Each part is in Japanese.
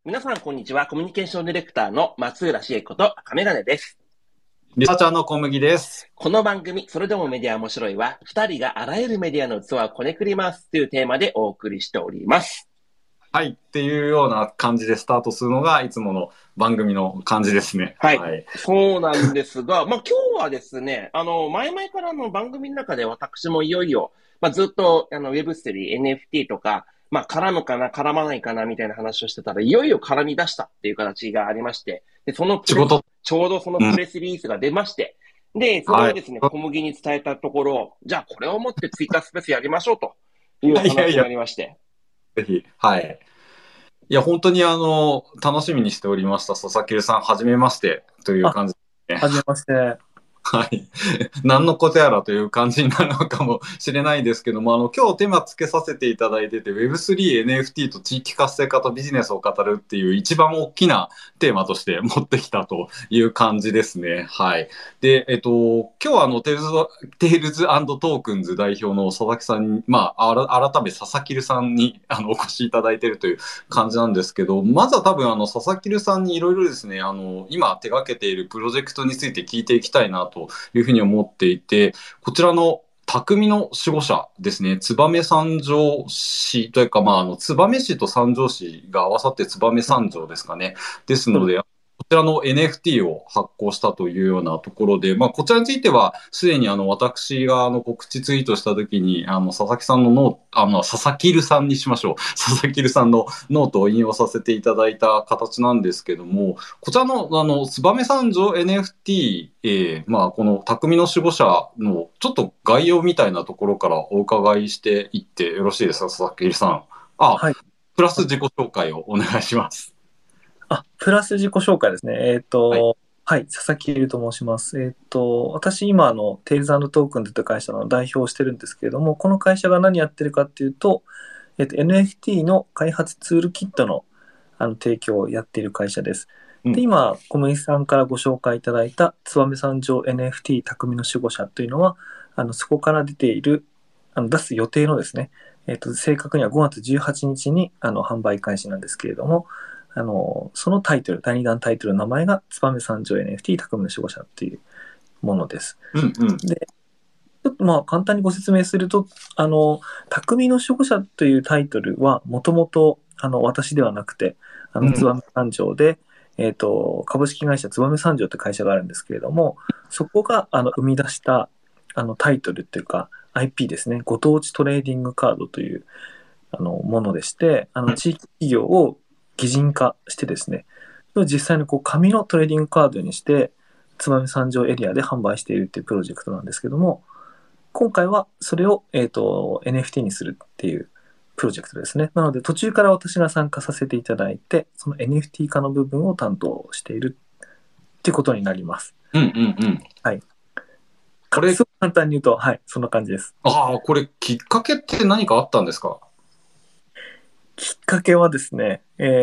皆さん、こんにちは。コミュニケーションディレクターの松浦茂子と赤メガネです。 リサーチャーの小麦です。 この番組、それでもメディア面白いは、二人があらゆるメディアの器をこねくりますというテーマでお送りしております。 はい。っていうような感じでスタートするのが、いつもの番組の感じですね。 はい。 はい。 そうなんですが、今日はですね、前々からの番組の中で私もいよいよ、ずっと、Web3、NFT とか、絡むかな、絡まないかな、みたいな話をしてたら、いよいよ絡み出したっていう形がありまして、で、 仕事。 ちょうどそのうん。 プレスリリースが出まして、で、それはい。 をですね、小麦に伝えたところ、じゃあこれをもって追加スペースやりましょうという話にいやいや、 なりまして。 ぜひ。はい。いや、本当に楽しみにしておりました。佐々木さん、はじめましてというあ、 感じですね。 はじめまして。 はい。何のことやらという感じになるのかもしれないですけども、今日テーマつけさせていただいてて、Web3、NFT と地域活性化とビジネスを語るっていう一番大きなテーマとして持ってきたという感じですね。はい。で、今日はテイルズトークンズ代表の佐々木さんに、改め佐々木さんにお越しいただいているという感じなんですけど、まずは多分佐々木さんにいろいろですね、今手掛けているプロジェクトについて聞いていきたいなというふうに思っていて、こちらの匠の守護者ですね、燕三条市というか、燕市と三条市が合わさって燕三条ですかね。ですので、こちらの NFT を発行したというようなところで、こちらについては、すでに私が告知ツイートしたときに、佐々木さんの佐々木さんにしましょう。佐々木さんのノートを引用させていただいた形なんですけども、こちらの、燕三条 NFT、この匠の守護者のちょっと概要みたいなところからお伺いしていってよろしいですか、佐々木さん。 はい。 プラス自己紹介をお願いします。 プラス自己紹介ですね。 はい。 はい、佐々木優と申します。私、今、テイルズトークンズという会社の代表をしてるんですけれども、この会社が何やってるかっていうと、NFT の開発ツールキットの、提供をやっている会社です。で、今、小麦さんからご紹介いただいた、燕三条 NFT 匠の守護者というのは、そこから出ている、出す予定のですね、正確には5月18日に販売開始なんですけれども、そのタイトル、第2弾タイトルの名前が燕三条 NFT 匠の守護者っていうものです。で、ちょっと簡単にご説明すると、匠の守護者というタイトルはもともと私ではなくて、燕三条で、株式会社燕三条という会社があるんですけれども、そこが生み出したタイトルっていうか IP ですね、ご当地トレーディングカードというものでして、地域企業を擬人化してですね、実際に紙のトレーディングカードにして、燕三条エリアで販売しているっていうプロジェクトなんですけども、今回はそれを、NFT にするっていうプロジェクトですね。なので途中から私が参加させていただいて、その NFT 化の部分を担当しているっていうことになります。はい。 これ、 すごく簡単に言うと、はい、そんな感じです。 これ、きっかけって何かあったんですか？ きっかけはですね、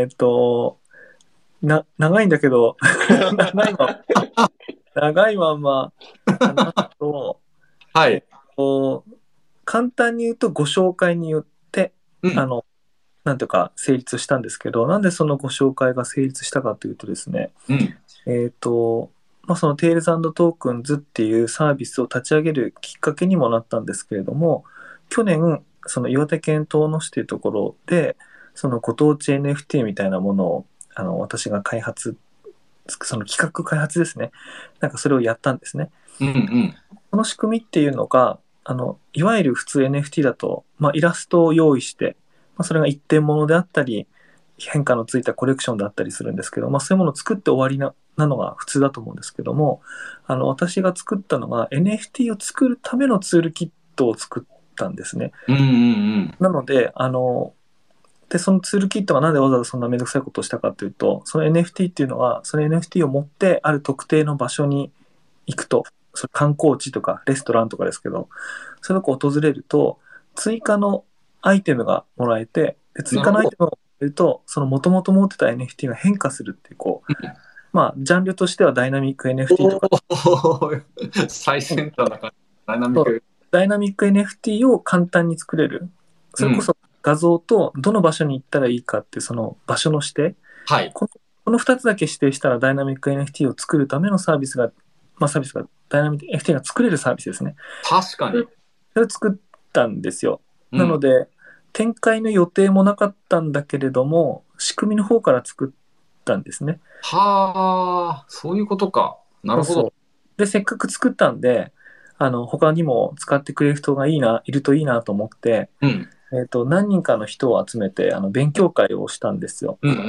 長いんだけど、長いまま話すと、 はい。 簡単に言うとご紹介によって、なんとか成立したんですけど、なんでそのご紹介が成立したかというとですね、そのテイルズトークンズっていうサービスを立ち上げるきっかけにもなったんですけれども、去年、その岩手県遠野市というところで、そのご当地 NFT みたいなものを私がその企画開発ですね。なんかそれをやったんですね。この仕組みっていうのが、いわゆる普通 NFT だと、イラストを用意して、それが一点物であったり、変化のついたコレクションだったりするんですけど、そういうものを作って終わりなのが普通だと思うんですけども、私が作ったのが NFT を作るためのツールキットを作ったんですね。なので、そのツールキットがなんでわざわざそんなめんどくさいことをしたかというと、その NFT っていうのは、その NFT を持ってある特定の場所に行くと、それ観光地とかレストランとかですけど、そういうとこ訪れると、追加のアイテムがもらえて、で追加のアイテムをもらえると、その元々持ってた NFT が変化するっていう、ジャンルとしてはダイナミック NFT とか、 最先端な感じ。ダイナミック。 ダイナミック NFT を簡単に作れる。それこそ画像とどの場所に行ったらいいかっていうその場所の指定。 はい。 この2つだけ指定したらダイナミック NFT を作るためのサービスが、ダイナミック NFT が作れるサービスですね。 確かに。 それを作ったんですよ。 うんなので、展開の予定もなかったんだけれども、仕組みの方から作ったんですね。 はあ、そういうことか。なるほど。 そうそう。で、せっかく作ったんで、他にも使ってくれる人がいるといいなと思って、 うん。 何人かの人を集めて、勉強会をしたんですよ。 うんうんうん。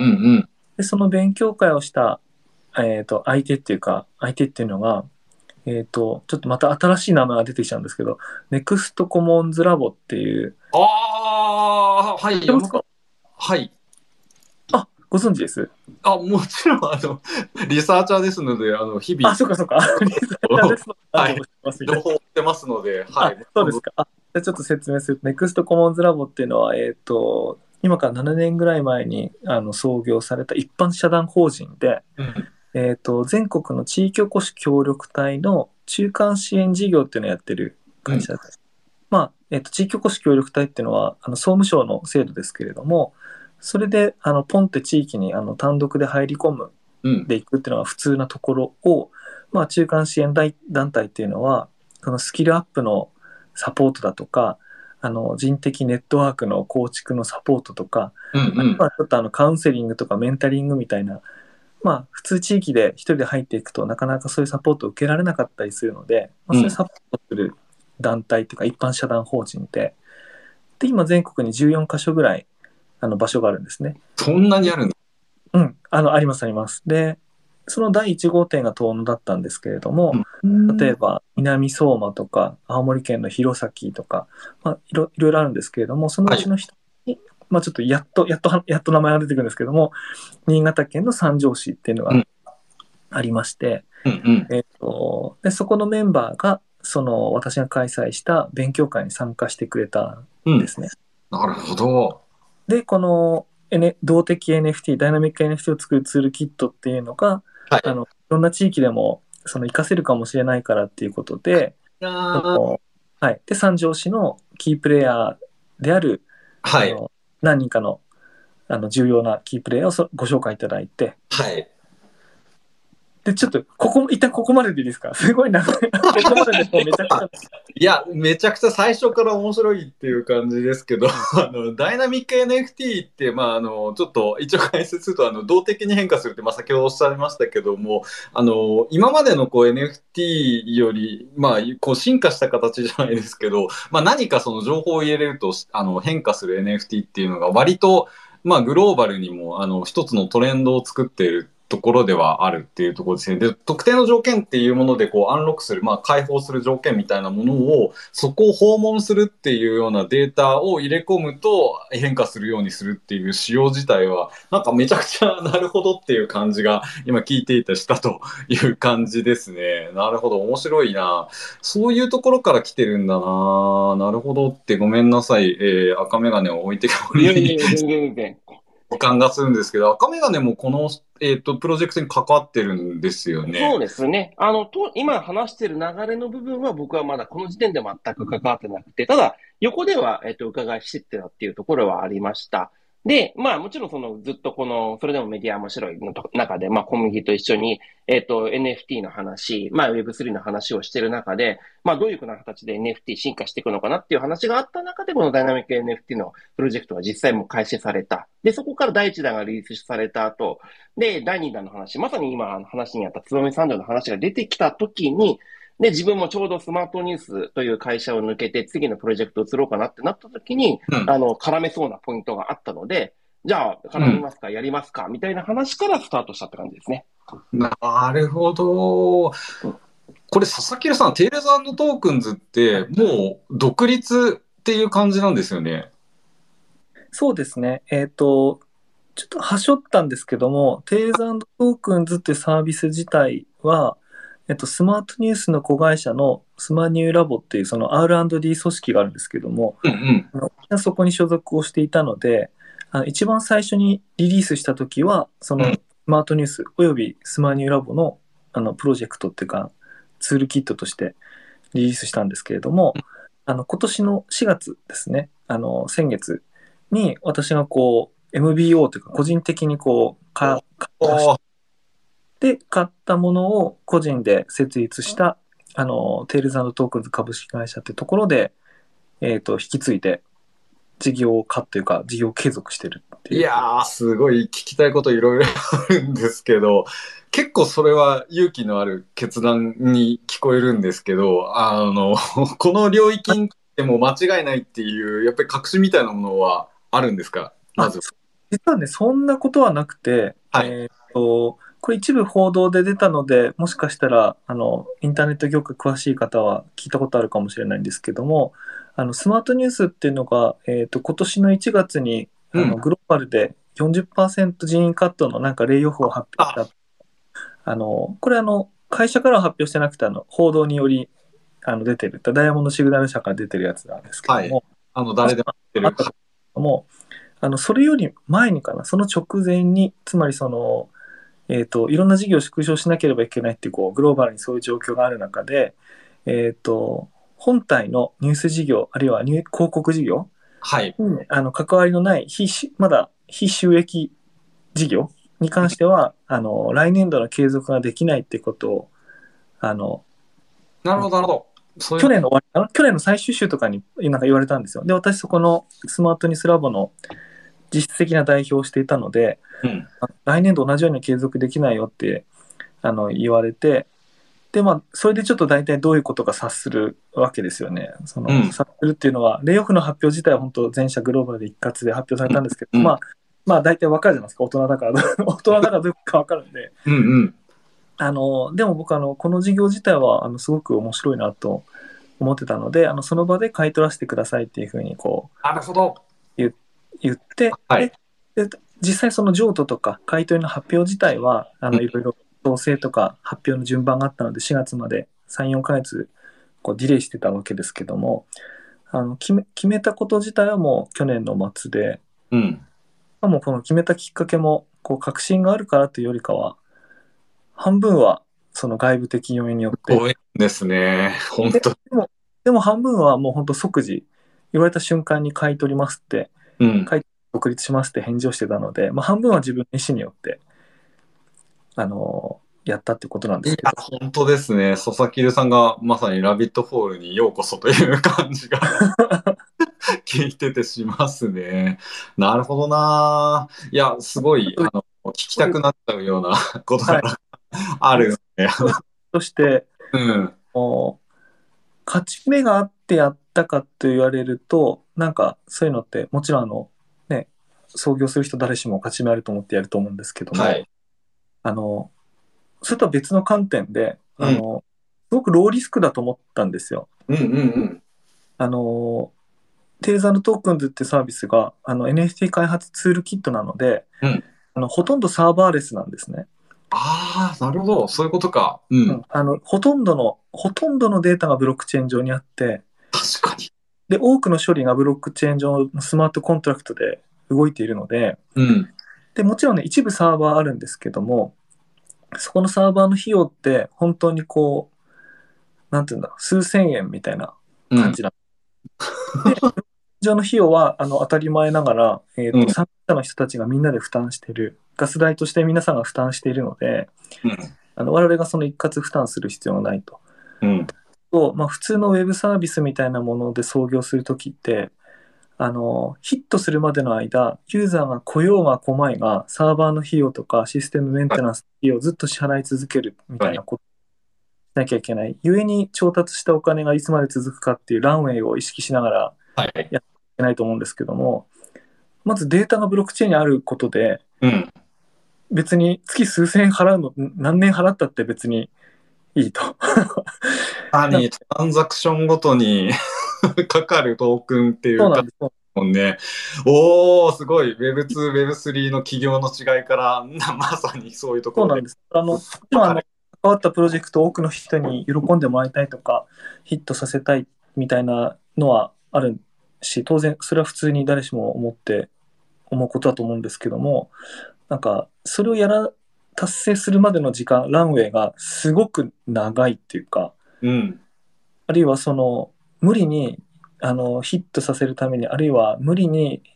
で、その勉強会をした、相手っていうのが、ちょっとまた新しい名前が出てきちゃうんですけど、ネクストコモンズラボっていう、 ああ、はい。 知ってますか？ はい。 あ、ご存知です？ あ、もちろん、リサーチャーですので、日々、 あ、そうかそうか。リサーチャーですので、 はい、 もしてますみたいな。 情報を追ってますので、はあ、 い。 そうですか。じゃあちょっと説明すると、ネクストコモンズラボっていうのは、今から7年ぐらい前に創業された一般社団法人で、 うん。 全国の地域おこし協力隊の中間支援事業っていうのをやってる会社です。まあ、地域おこし協力隊っていうのは、総務省の制度ですけれども、それで、ポンって地域に単独で入り込むうん。 でいくっていうのが普通なところを、まあ、中間支援団体っていうのは、そのスキルアップのサポートだとか、人的ネットワークの構築のサポートとか、 うんうん。 ちょっとカウンセリングとかメンタリングみたいな、まあ、普通地域で一人で入っていくとなかなかそういうサポートを受けられなかったりするので、まあ、そういうサポートする団体というか一般社団法人で、今全国に14カ所ぐらい場所があるんですね。 そんなにあるんだ。 うん、ありますあります。で、その第1号店が遠野だったんですけれども、例えば南相馬とか青森県の弘前とか、まあ、いろいろあるんですけれども、そのうちの一つに、まあ、ちょっとやっと名前が出てくるんですけども、新潟県の三条市っていうのがありまして、 うんうん。 でそこのメンバーがその私が開催した勉強会に参加してくれたんですね。 なるほど。 で、この、動的 NFT、ダイナミック NFT を作るツールキットっていうのが、 はい。 いろんな地域でも活かせるかもしれないからっていうことで、はい。で、三条市のキープレイヤーである、 はい。 何人かの重要なキープレイヤーをご紹介いただいて、 はい。 で、ちょっと、一旦ここまででいいですか？すごい長い。ここまででもうめちゃくちゃ。 いや、めちゃくちゃ最初から面白いっていう感じですけど、ダイナミック NFT って、まあ、ちょっと一応解説すると、動的に変化するって、まあ、先ほどおっしゃいましたけども、今までのこう NFT より、まあ、こう進化した形じゃないですけど、まあ、何かその情報を入れると、変化する NFT っていうのが割と、まあ、グローバルにも、一つのトレンドを作っているところではあるっていうところですね。で、特定の条件っていうもので、こう、アンロックする、まあ、開放する条件みたいなものを、そこを訪問するっていうようなデータを入れ込むと変化するようにするっていう仕様自体は、なんかめちゃくちゃなるほどっていう感じが、今聞いていたしたという感じですね。なるほど、面白いな。そういうところから来てるんだな。なるほどってごめんなさい。赤メガネを置いており全然。 感がするんですけど、赤メガネもこの、プロジェクトに関わってるんですよね。 そうですね。今話している流れの部分は僕はまだこの時点で全く関わってなくて、ただ、横では、伺いしてたっていうところはありました。で、まあもちろんずっとそれでもメディア面白いの中で、まあ小麦と一緒に、NFT の話、まあ Web3 の話をしている中で、まあどういうふうな形で NFT 進化していくのかなっていう話があった中で、このダイナミック NFT のプロジェクトが実際も開始された。で、そこから第1弾がリリースされた後、で、第2弾の話、まさに今話にあった燕三条の話が出てきた時に、で、自分もちょうどスマートニュースという会社を抜けて次のプロジェクトを移ろうかなってなった時に、 うん。 絡めそうなポイントがあったので、じゃあ、絡みますか、やりますかみたいな話からスタートしたって感じですね。 なるほど。これ、佐々木さん、テイルズトークンズって、もう独立っていう感じなんですよね。 そうですね。ちょっとはしょったんですけども、テイルズ&トークンズっていうサービス自体は、スマートニュースの子会社のスマニューラボっていうその R&D 組織があるんですけども、 うんうん。 そこに所属をしていたので、一番最初にリリースした時は、そのスマートニュースおよびスマニューラボのプロジェクトっていうか、ツールキットとしてリリースしたんですけれども、今年の4月ですね、先月に私がこう、 MBO というか個人的にこう買ったものを個人で設立したテールズ&トークンズ株式会社っていうところで、引き継いで事業化というか事業継続してるっていう。 いやー、すごい聞きたいこといろいろあるんですけど、結構それは勇気のある決断に聞こえるんですけど、この領域でも間違いないっていう、やっぱり確信みたいなものはあるんですか、まず。 実はね、そんなことはなくて、 はい、 これ一部報道で出たので、もしかしたら、インターネット業界詳しい方は聞いたことあるかもしれないんですけども、スマートニュースっていうのが、今年の1月に、グローバルで40%人員カットのなんかレイオフを発表した。これ会社からは発表してなくて、報道により、出てる、ダイヤモンドシグナル社から出てるやつなんですけども、 はい、誰でも知ってる。 それより前にかな、その直前に、つまりいろんな事業を縮小しなければいけないっていう、グローバルにそういう状況がある中で、本体のニュース事業、あるいは広告事業に、関わりのないまだ非収益事業に関しては、来年度の継続ができないってことを、 なるほど、なるほど。 去年の最終週とかになんか言われたんですよ。で、私そこのスマートニュースラボの実質的な代表をしていたので、来年度同じように継続できないよって言われて、で、それでちょっと大体どういうことか察するわけですよね。察するっていうのは、レイオフの発表自体は本当全社グローバルで一括で発表されたんですけど、大体わかるじゃないですか、大人だから。大人だからどういうことかわかるんで。でも僕この事業自体はすごく面白いなと思ってたので、その場で買い取らせてくださいっていうふうになるほど。 言って、で実際その譲渡とか買い取りの発表自体はいろいろ調整とか発表の順番があったので4月まで3、4ヶ月ディレイしてたわけですけども、決めたこと自体はもう去年の末で、もうこの決めたきっかけも確信があるからというよりかは、半分はその外部的要因によって。 ごめんですね、本当。 でも半分はもう本当即時、言われた瞬間に買い取りますって、独立しますって返事をしてたので、半分は自分の意思によって、やったってことなんですけど。 本当ですね。佐々木さんがまさにラビットホールにようこそという感じが聞いててしますね。なるほどな。いや、すごい、聞きたくなっちゃうようなことがあるので。 そして、勝ち目があってやったかと言われると、なんかそういうのってもちろんね、創業する人誰しも勝ち目あると思ってやると思うんですけども、それとは別の観点で、すごくローリスクだと思ったんですよ。テールズ&トークンズってサービスがNFT 開発ツールキットなので、ほとんどサーバーレスなんですね。 なるほど、そういうことか。 ほとんどのデータがブロックチェーン上にあって、 確かに。 で、多くの処理がブロックチェーン上のスマートコントラクトで動いているので、でもちろんね、一部サーバーあるんですけども、そこのサーバーの費用って本当になんていうんだ、数千円みたいな感じなんで、上の費用は当たり前ながら、参加者の人たちがみんなで負担している、ガス代として皆さんが負担しているので、我々がその一括負担する必要がないと。普通のウェブサービスみたいなもので創業するときって、ヒットするまでの間、ユーザーが来ようが来まいが、サーバーの費用とかシステムメンテナンス費用をずっと支払い続けるみたいなことをしなきゃいけない。故に調達したお金がいつまで続くかっていうランウェイを意識しながらやっていけないと思うんですけども、まずデータがブロックチェーンにあることで、別に月数千円払うの、何年払ったって別にいいと。 トランザクションごとにかかるトークンっていうかもんね。おー、すごい。Web2、Web3 の企業の違いからまさにそういうところで。 そうなんです。関わったプロジェクトを多くの人に喜んでもらいたいとか、ヒットさせたいみたいなのはあるし、当然それは普通に誰しも思うことだと思うんですけども、なんかそれを達成するまでの時間、ランウェイがすごく長いっていうか、あるいは無理にヒットさせるために、あるいは無理に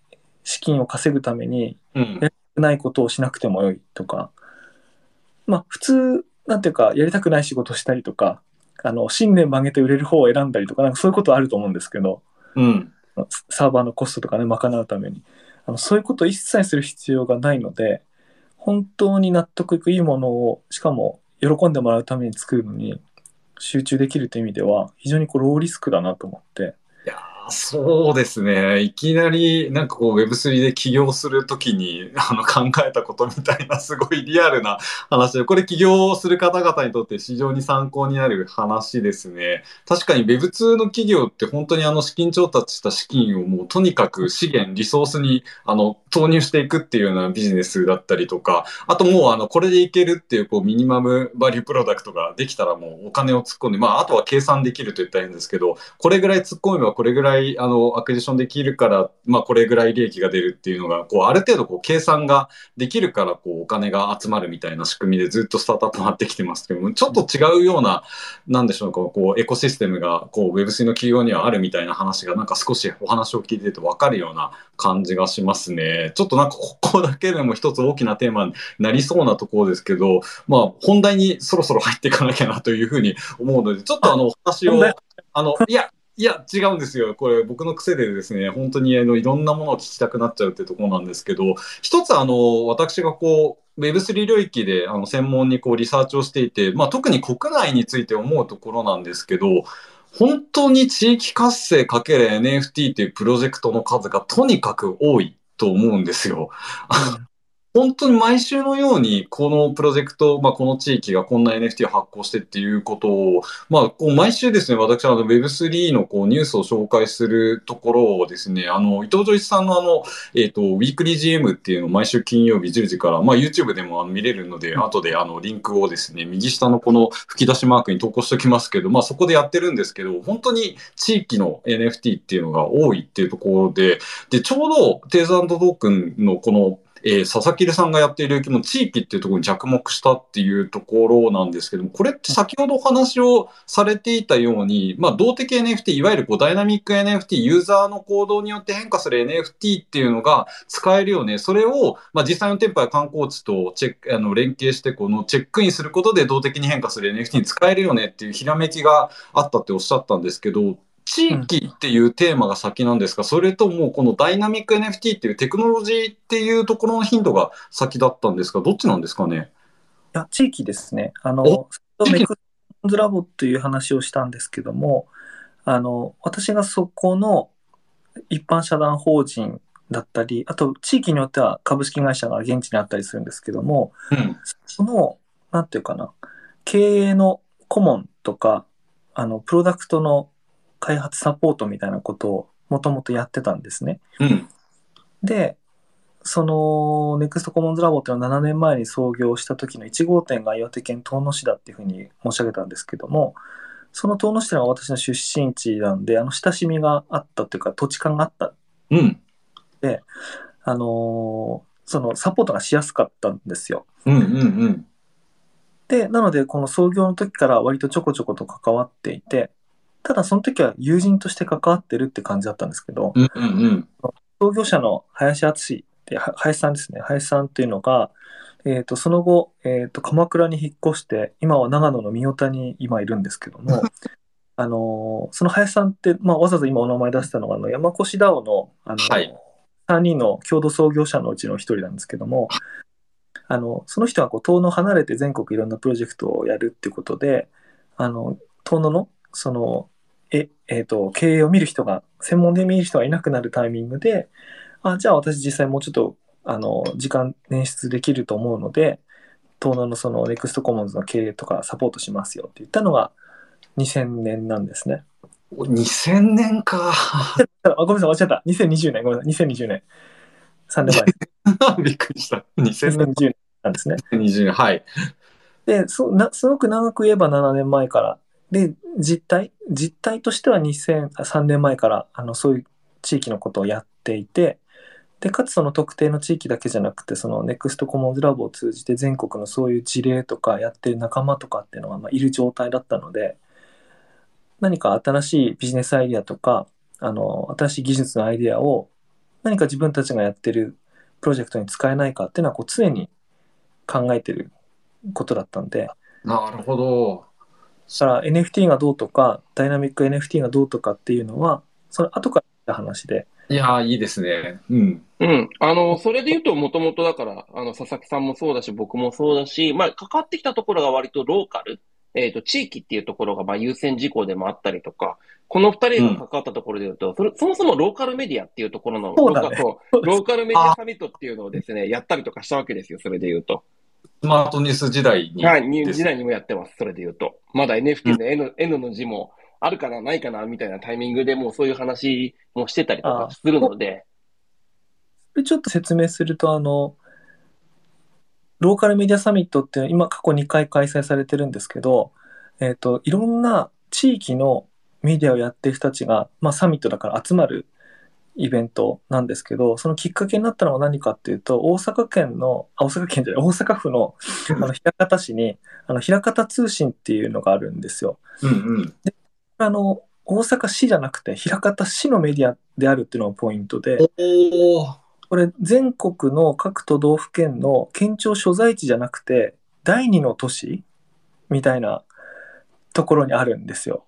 資金を稼ぐためにうん。 やりたくないことをしなくてもよいとか、まあ普通なんていうかやりたくない仕事をしたりとか、信念曲げて売れる方を選んだりとか、なんかそういうことはあると思うんですけど、 うん。 サーバーのコストとかね、賄うために。そういうことを一切する必要がないので、本当に納得いくいいものを、しかも喜んでもらうために作るのに集中できるという意味では、非常にローリスクだなと思って。 いやそうですね。いきなり、なんかこう Web3 で起業するときに考えたことみたいな、すごいリアルな話で、これ起業する方々にとって非常に参考になる話ですね。確かに Web2 の企業って本当に資金調達した資金をもうとにかく資源、リソースに投入していくっていうようなビジネスだったりとか、あともうこれでいけるっていうミニマムバリュープロダクトができたらもうお金を突っ込んで、あとは計算できると言ったら変ですけど、これぐらい突っ込めばこれぐらいアクジションできるから、これぐらい利益が出るっていうのが、ある程度計算ができるからお金が集まるみたいな仕組みでずっとスタートアップ回ってきてますけども、ちょっと違うような、なんでしょうエコシステムがWeb3 の企業にはあるみたいな話がなんか少しお話を聞いてて分かるような感じがしますね。ちょっとなんかここだけでも一つ大きなテーマになりそうなところですけど、本題にそろそろ入っていかなきゃなというふうに思うので、ちょっとお話を、いや、違うんですよ。これ僕の癖でですね、本当にいろんなものを聞きたくなっちゃうってところなんですけど、一つ私がWeb3 領域で専門にリサーチをしていて、特に国内について思うところなんですけど、本当に地域活性×NFT っていうプロジェクトの数がとにかく多いと思うんですよ。本当に毎週のように、このプロジェクト、この地域がこんな NFT を発行してっていうことを、毎週ですね、私はWeb3 のニュースを紹介するところをですね、伊藤浄一さんのウィークリー GM っていうのを毎週金曜日10時から、YouTube でも見れるので、後でリンクをですね、右下のこの吹き出しマークに投稿しておきますけど、そこでやってるんですけど、本当に地域の NFT っていうのが多いっていうところで、ちょうどテーザー&トークンのこの佐々木さんがやっている領域も地域っていうところに着目したっていうところなんですけども、これって先ほどお話をされていたように、動的 NFT、いわゆるダイナミック NFT、ユーザーの行動によって変化する NFT っていうのが使えるよね。それを、実際の店舗や観光地と連携して、このチェックインすることで動的に変化する NFT に使えるよねっていうひらめきがあったっておっしゃったんですけど、地域っていうテーマが先なんですか、それともこのダイナミック NFT っていうテクノロジーっていうところの頻度が先だったんですか、どっちなんですかね。 いや、地域ですね。ネクストラボという話をしたんですけども、私がそこの一般社団法人だったり、あと地域によっては株式会社が現地にあったりするんですけども、その、なんていうかな、経営の顧問とか、プロダクトの開発サポートみたいなことをもともとやってたんですね。で、そのネクストコモンズラボっていうのは7年前に創業した時の1号店が岩手県遠野市だっていうふうに申し上げたんですけども、その遠野市というのは私の出身地なんで、親しみがあったというか土地勘があったで、そのサポートがしやすかったんですよ。で、なのでこの創業の時から割とちょこちょこと関わっていて、ただその時は友人として関わってるって感じだったんですけど、創業者の林敦って林さんですね。林さんっていうのが、その後、鎌倉に引っ越して、今は長野の御代田に今いるんですけども、その林さんって、わざわざ今お名前出したのが、山越 DAO の、3人の共同創業者のうちの1人なんですけども、その人は遠野離れて全国いろんなプロジェクトをやるっていうことで、遠野のその経営を見る人が、専門で見る人がいなくなるタイミングで、じゃあ私実際もうちょっと時間捻出できると思うので、遠野のそのネクストコモンズの経営とかサポートしますよって言ったのが2000年なんですね。 2000年か。 ごめんなさい、間違った。2020年、ごめんなさい、2020年。3年前。びっくりした。 2020年なんですね。 2020年、はい。 ですごく長く言えば7年前から。で、実態としては3年前からそういう地域のことをやっていて、で、かつその特定の地域だけじゃなくて、そのネクストコモンズラボを通じて全国のそういう事例とかやってる仲間とかっていうのがいる状態だったので、何か新しいビジネスアイデアとか、新しい技術のアイデアを何か自分たちがやってるプロジェクトに使えないかっていうのはこう常に考えてることだったんで、 なるほど。 だから NFT がどうとか、ダイナミック NFT がどうとかっていうのは、その後から言った話で。 いやー、いいですね。うん。 うん。それで言うと、もともとだから、佐々木さんもそうだし、僕もそうだし、まあ、関わってきたところが割とローカル、地域っていうところが、まあ、優先事項でもあったりとか、この二人が関わったところで言うと、そもそもローカルメディアっていうところの、 そうだね。 ローカルメディアサミットっていうのをですね、やったりとかしたわけですよ、それで言うと。 スマートニュース時代にはい、 です。 時代にもやってます、それで言うと。まだ NFT の N の字もあるかな、ないかな、みたいなタイミングでもうそういう話もしてたりとかあ、 するので、 ちょっと説明すると、ローカルメディアサミットって今過去2回開催されてるんですけど、いろんな地域のメディアをやってる人たちが、まあ、サミットだから集まるイベントなんですけど、そのきっかけになったのは何かっていうと、大阪県じゃない、大阪府の枚方市に、枚方通信っていうのがあるんですよ。 うんうん。 大阪市じゃなくて、枚方市のメディアであるっていうのがポイントで、 おー。 これ全国の各都道府県の県庁所在地じゃなくて、第二の都市みたいなところにあるんですよ。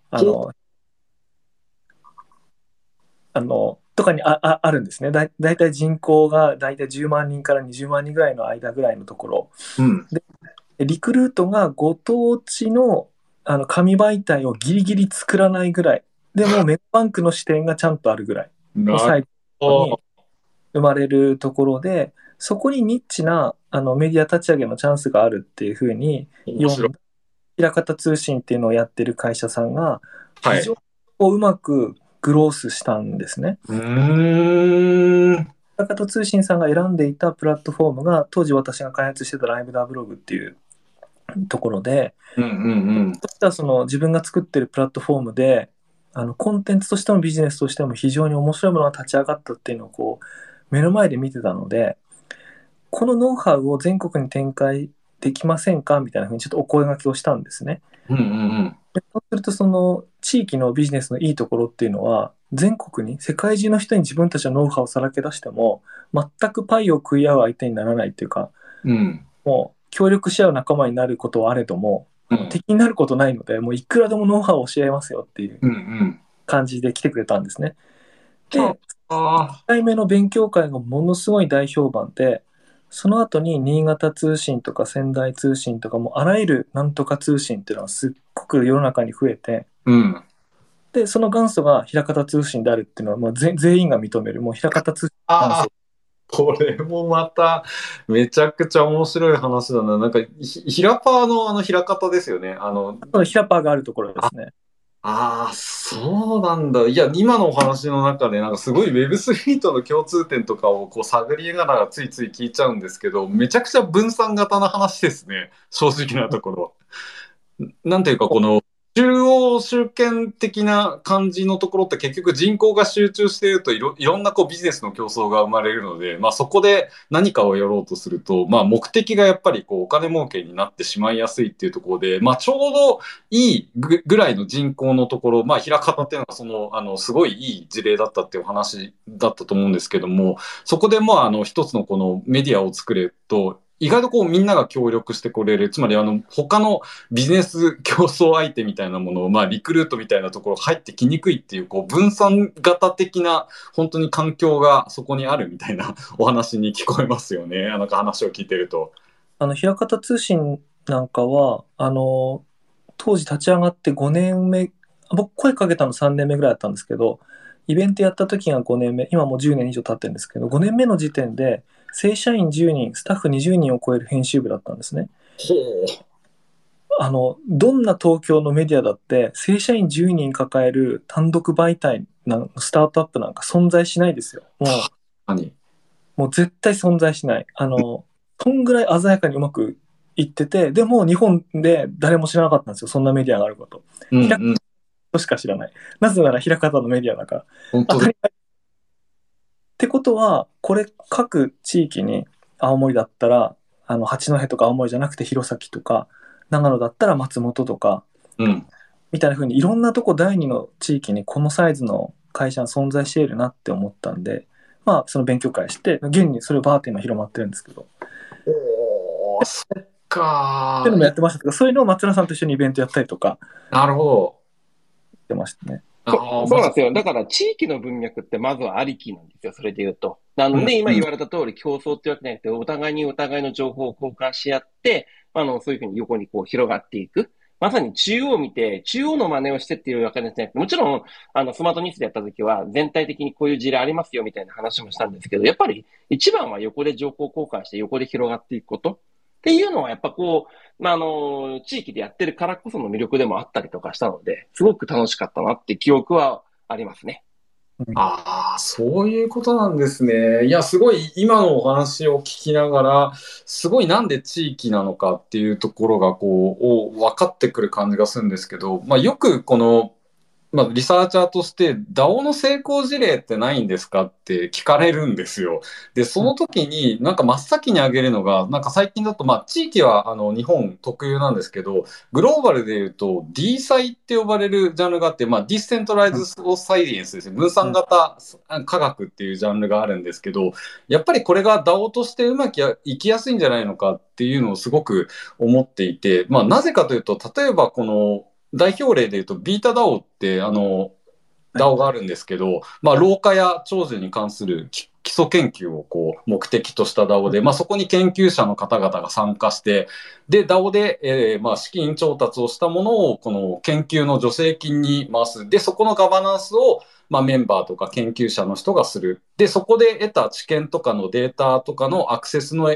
とかにあるんですね。だいたい人口がだいたい10万人から20万人ぐらいの間ぐらいのところ。 うん。 で、リクルートがご当地の紙媒体をギリギリ作らないぐらい。でもメガバンクの視点がちゃんとあるぐらいのなるサイトにほど。 生まれるところで、そこにニッチなメディア立ち上げのチャンスがあるっていうふうに面白い。 読んだ、枚方通信っていうのをやってる会社さんがはい。 非常にうまくグロースしたんですね。 うーん。 枚方通信さんが選んでいたプラットフォームが当時私が開発してたライブダブログっていうところで、 うんうんそしたらその自分が作ってるプラットフォームでコンテンツとしてもビジネスとしても非常に面白いものが立ち上がったっていうのをこう目の前で見てたので、このノウハウを全国に展開できませんかみたいなふうにちょっとお声掛けをしたんですね。 うん。うんうんうん。 でそうするとその地域のビジネスのいいところっていうのは全国に世界中の人に自分たちのノウハウをさらけ出しても全くパイを食い合う相手にならないっていうか、 うん。 もう協力し合う仲間になることはあれどもうん。 敵になることないので、もういくらでもノウハウを教えますよっていううんうん。 感じで来てくれたんですね。 はで、1 あ。 回目の勉強会がものすごい大評判で、その後に新潟通信とか仙台通信とかもあらゆるなんとか通信っていうのはすっごく世の中に増えて、 うん。 で、その元祖が枚方通信であるっていうのはもう全員が認める、もう枚方通信元祖。 ああ、これもまた、めちゃくちゃ面白い話だな。なんか、ひらパーのひらかたですよね。 ヒラパーがあるところですね。 ああ、そうなんだ。いや、今のお話の中で、なんかすごい Web3 との共通点とかをこう探りながらついつい聞いちゃうんですけど、めちゃくちゃ分散型な話ですね。正直なところ。なんていうか、この中央集権的な感じのところって結局人口が集中しているといろんなこうビジネスの競争が生まれるので、まあ、そこで何かをやろうとすると、まあ、目的がやっぱりこうお金儲けになってしまいやすいっていうところで、まあ、ちょうどいいぐらいの人口のところ、まあ、枚方っていうのはすごいいい事例だったっていう話だったと思うんですけども、そこでまあ一つのこのメディアを作れると、意外とこうみんなが協力してくれる、つまり他のビジネス競争相手みたいなものを、まあ、リクルートみたいなところ入ってきにくいっていう、こう、分散型的な、本当に環境がそこにあるみたいなお話に聞こえますよね。なんか話を聞いてると。 枚方通信なんかは、当時立ち上がって5年目、僕声かけたの3年目ぐらいだったんですけど、イベントやった時が5年目、今もう10年以上経ってるんですけど、5年目の時点で正社員10人、スタッフ20人を超える編集部だったんですね。 ほう。 どんな東京のメディアだって正社員10人抱える単独媒体スタートアップなんか存在しないですよ。 何もう絶対存在しない。そんぐらい鮮やかにうまくいってて、でも日本で誰も知らなかったんですよ。そんなメディアがあること。 うんひらかうん。 たしか知らない。なぜなら枚方のメディアだから。 本当だ。 当たり前ってことは、これ各地域に青森だったら、八戸とか青森じゃなくて弘前とか、長野だったら松本とか、 うん。 みたいな風にいろんなとこ第二の地域にこのサイズの会社が存在しているなって思ったんで、 まあ、その勉強会して、現にそれをバーって今広まってるんですけど。 おー、そっってかいうのもやってましたけど、そういうのを松浦さんと一緒にイベントやったりとかなるほしてましたね。 ど。 そうなんですよ。だから地域の文脈ってまずはありきなんですよ。それで言うと。なんで今言われた通り競争ってわけじゃなくて、お互いにお互いの情報を交換し合って、そういうふうに横にこう広がっていく。まさに中央を見て、中央の真似をしてっていうわけじゃなくて、もちろん、スマートニュースでやった時は全体的にこういう事例ありますよみたいな話もしたんですけど、やっぱり一番は横で情報交換して横で広がっていくこと。っていうのはやっぱこう、地域でやってるからこその魅力でもあったりとかしたので、すごく楽しかったなって記憶はありますね。 ああ、そういうことなんですね。いや、すごい今のお話を聞きながら、すごいなんで地域なのかっていうところが分かってくる感じがするんですけど、まあ、よくこのリサーチャーとして DAO の成功事例ってないんですかって聞かれるんですよ。で、その時になんか真っ先に挙げるのが、なんか最近だと、地域は日本特有なんですけど、グローバルで言うと D サイって呼ばれるジャンルがあって、ディセントライズサイエンスですね。分散型科学っていうジャンルがあるんですけど、やっぱりこれが DAO としてうまくいきやすいんじゃないのかっていうのをすごく思っていて、なぜかというと、例えばこの代表例で言うと、ビータダオって、ダオがあるんですけど、老化や長寿に関する基礎研究を目的としたダオで、そこに研究者の方々が参加して、で、ダオで、資金調達をしたものを、この研究の助成金に回す。で、そこのガバナンスを、メンバーとか研究者の人がする。で、そこで得た知見とかのデータとかのアクセスの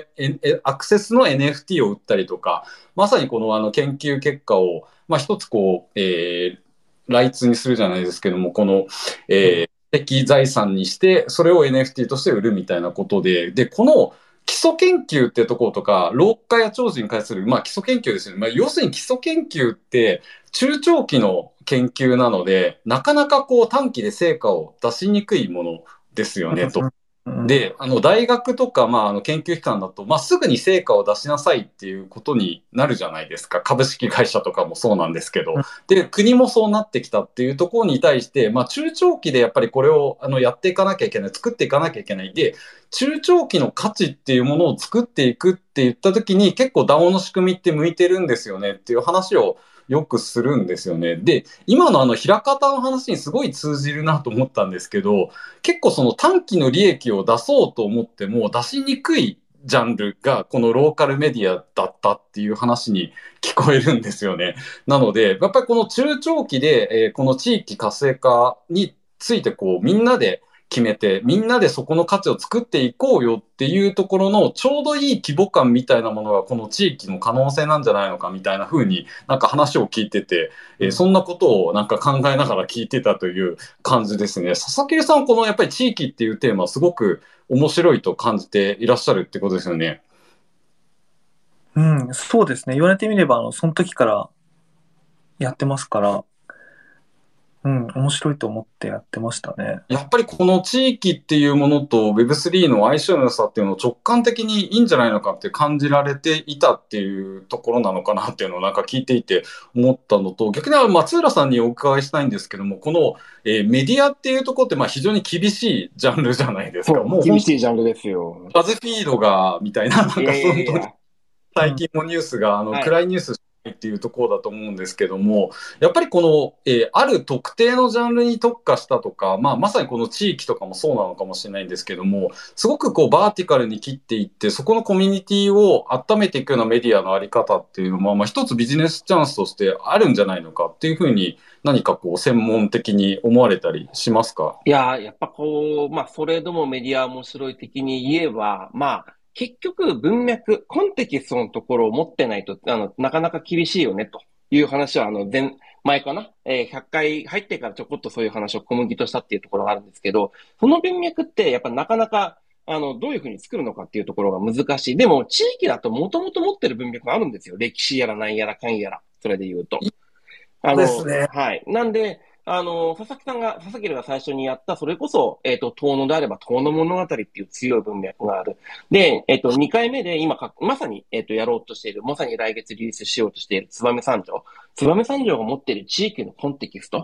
NFT を売ったりとか、まさにこの研究結果を、一つライツにするじゃないですけども、この、的財産にして、それを NFT として売るみたいなことで、で、この基礎研究ってところとか、老化や長寿に関する、基礎研究ですよね。要するに基礎研究って中長期の研究なので、なかなか短期で成果を出しにくいものですよね、と。で、大学とか、研究機関だと、すぐに成果を出しなさいっていうことになるじゃないですか。株式会社とかもそうなんですけど。で、国もそうなってきたっていうところに対して、中長期でやっぱりこれをやっていかなきゃいけない、作っていかなきゃいけない。で、中長期の価値っていうものを作っていくって言ったときに、結構 DAO の仕組みって向いてるんですよねっていう話をよくするんですよね。で、今の平方の話にすごい通じるなと思ったんですけど、結構その短期の利益を出そうと思っても出しにくいジャンルがこのローカルメディアだったっていう話に聞こえるんですよね。なので、やっぱりこの中長期で、この地域活性化についてみんなで決めて、みんなでそこの価値を作っていこうよっていうところのちょうどいい規模感みたいなものがこの地域の可能性なんじゃないのかみたいな風になんか話を聞いてて、そんなことをなんか考えながら聞いてたという感じですね。佐々木さん、このやっぱり地域っていうテーマすごく面白いと感じていらっしゃるってことですよね。 そうですね。言われてみれば、その時からやってますから、面白いと思ってやってましたね。 やっぱりこの地域っていうものと Web3 の相性の良さっていうのを直感的にいいんじゃないのかって感じられていたっていうところなのかなっていうのをなんか聞いていて思ったのと、逆に松浦さんにお伺いしたいんですけども、この、メディアっていうところって非常に厳しいジャンルじゃないですか。もう厳しいジャンルですよ。 バズフィードがみたいな、なんか最近もニュースが暗いニュースっていうところだと思うんですけども、やっぱりこの、ある特定のジャンルに特化したとか、まさにこの地域とかもそうなのかもしれないんですけども、すごくバーティカルに切っていって、そこのコミュニティを温めていくようなメディアのあり方っていうのも、一つビジネスチャンスとしてあるんじゃないのかっていうふうに、何か専門的に思われたりしますか？ いや、やっぱそれでもメディア面白い的に言えば、結局文脈、コンテキストのところを持ってないと、なかなか厳しいよね、という話は、前かな、100回入ってからちょこっとそういう話を小麦としたっていうところがあるんですけど、その文脈って、やっぱなかなか、どういうふうに作るのかっていうところが難しい。でも、地域だともともと持ってる文脈があるんですよ。歴史やら何やらかんやら。それで言うと。 ですね。 はい。なんで、佐々木が最初にやった、それこそ、遠野であれば、遠野物語っていう強い文脈がある。で、2回目で今まさに、やろうとしている、まさに来月リリースしようとしている燕三条。燕三条が持っている地域のコンテキスト。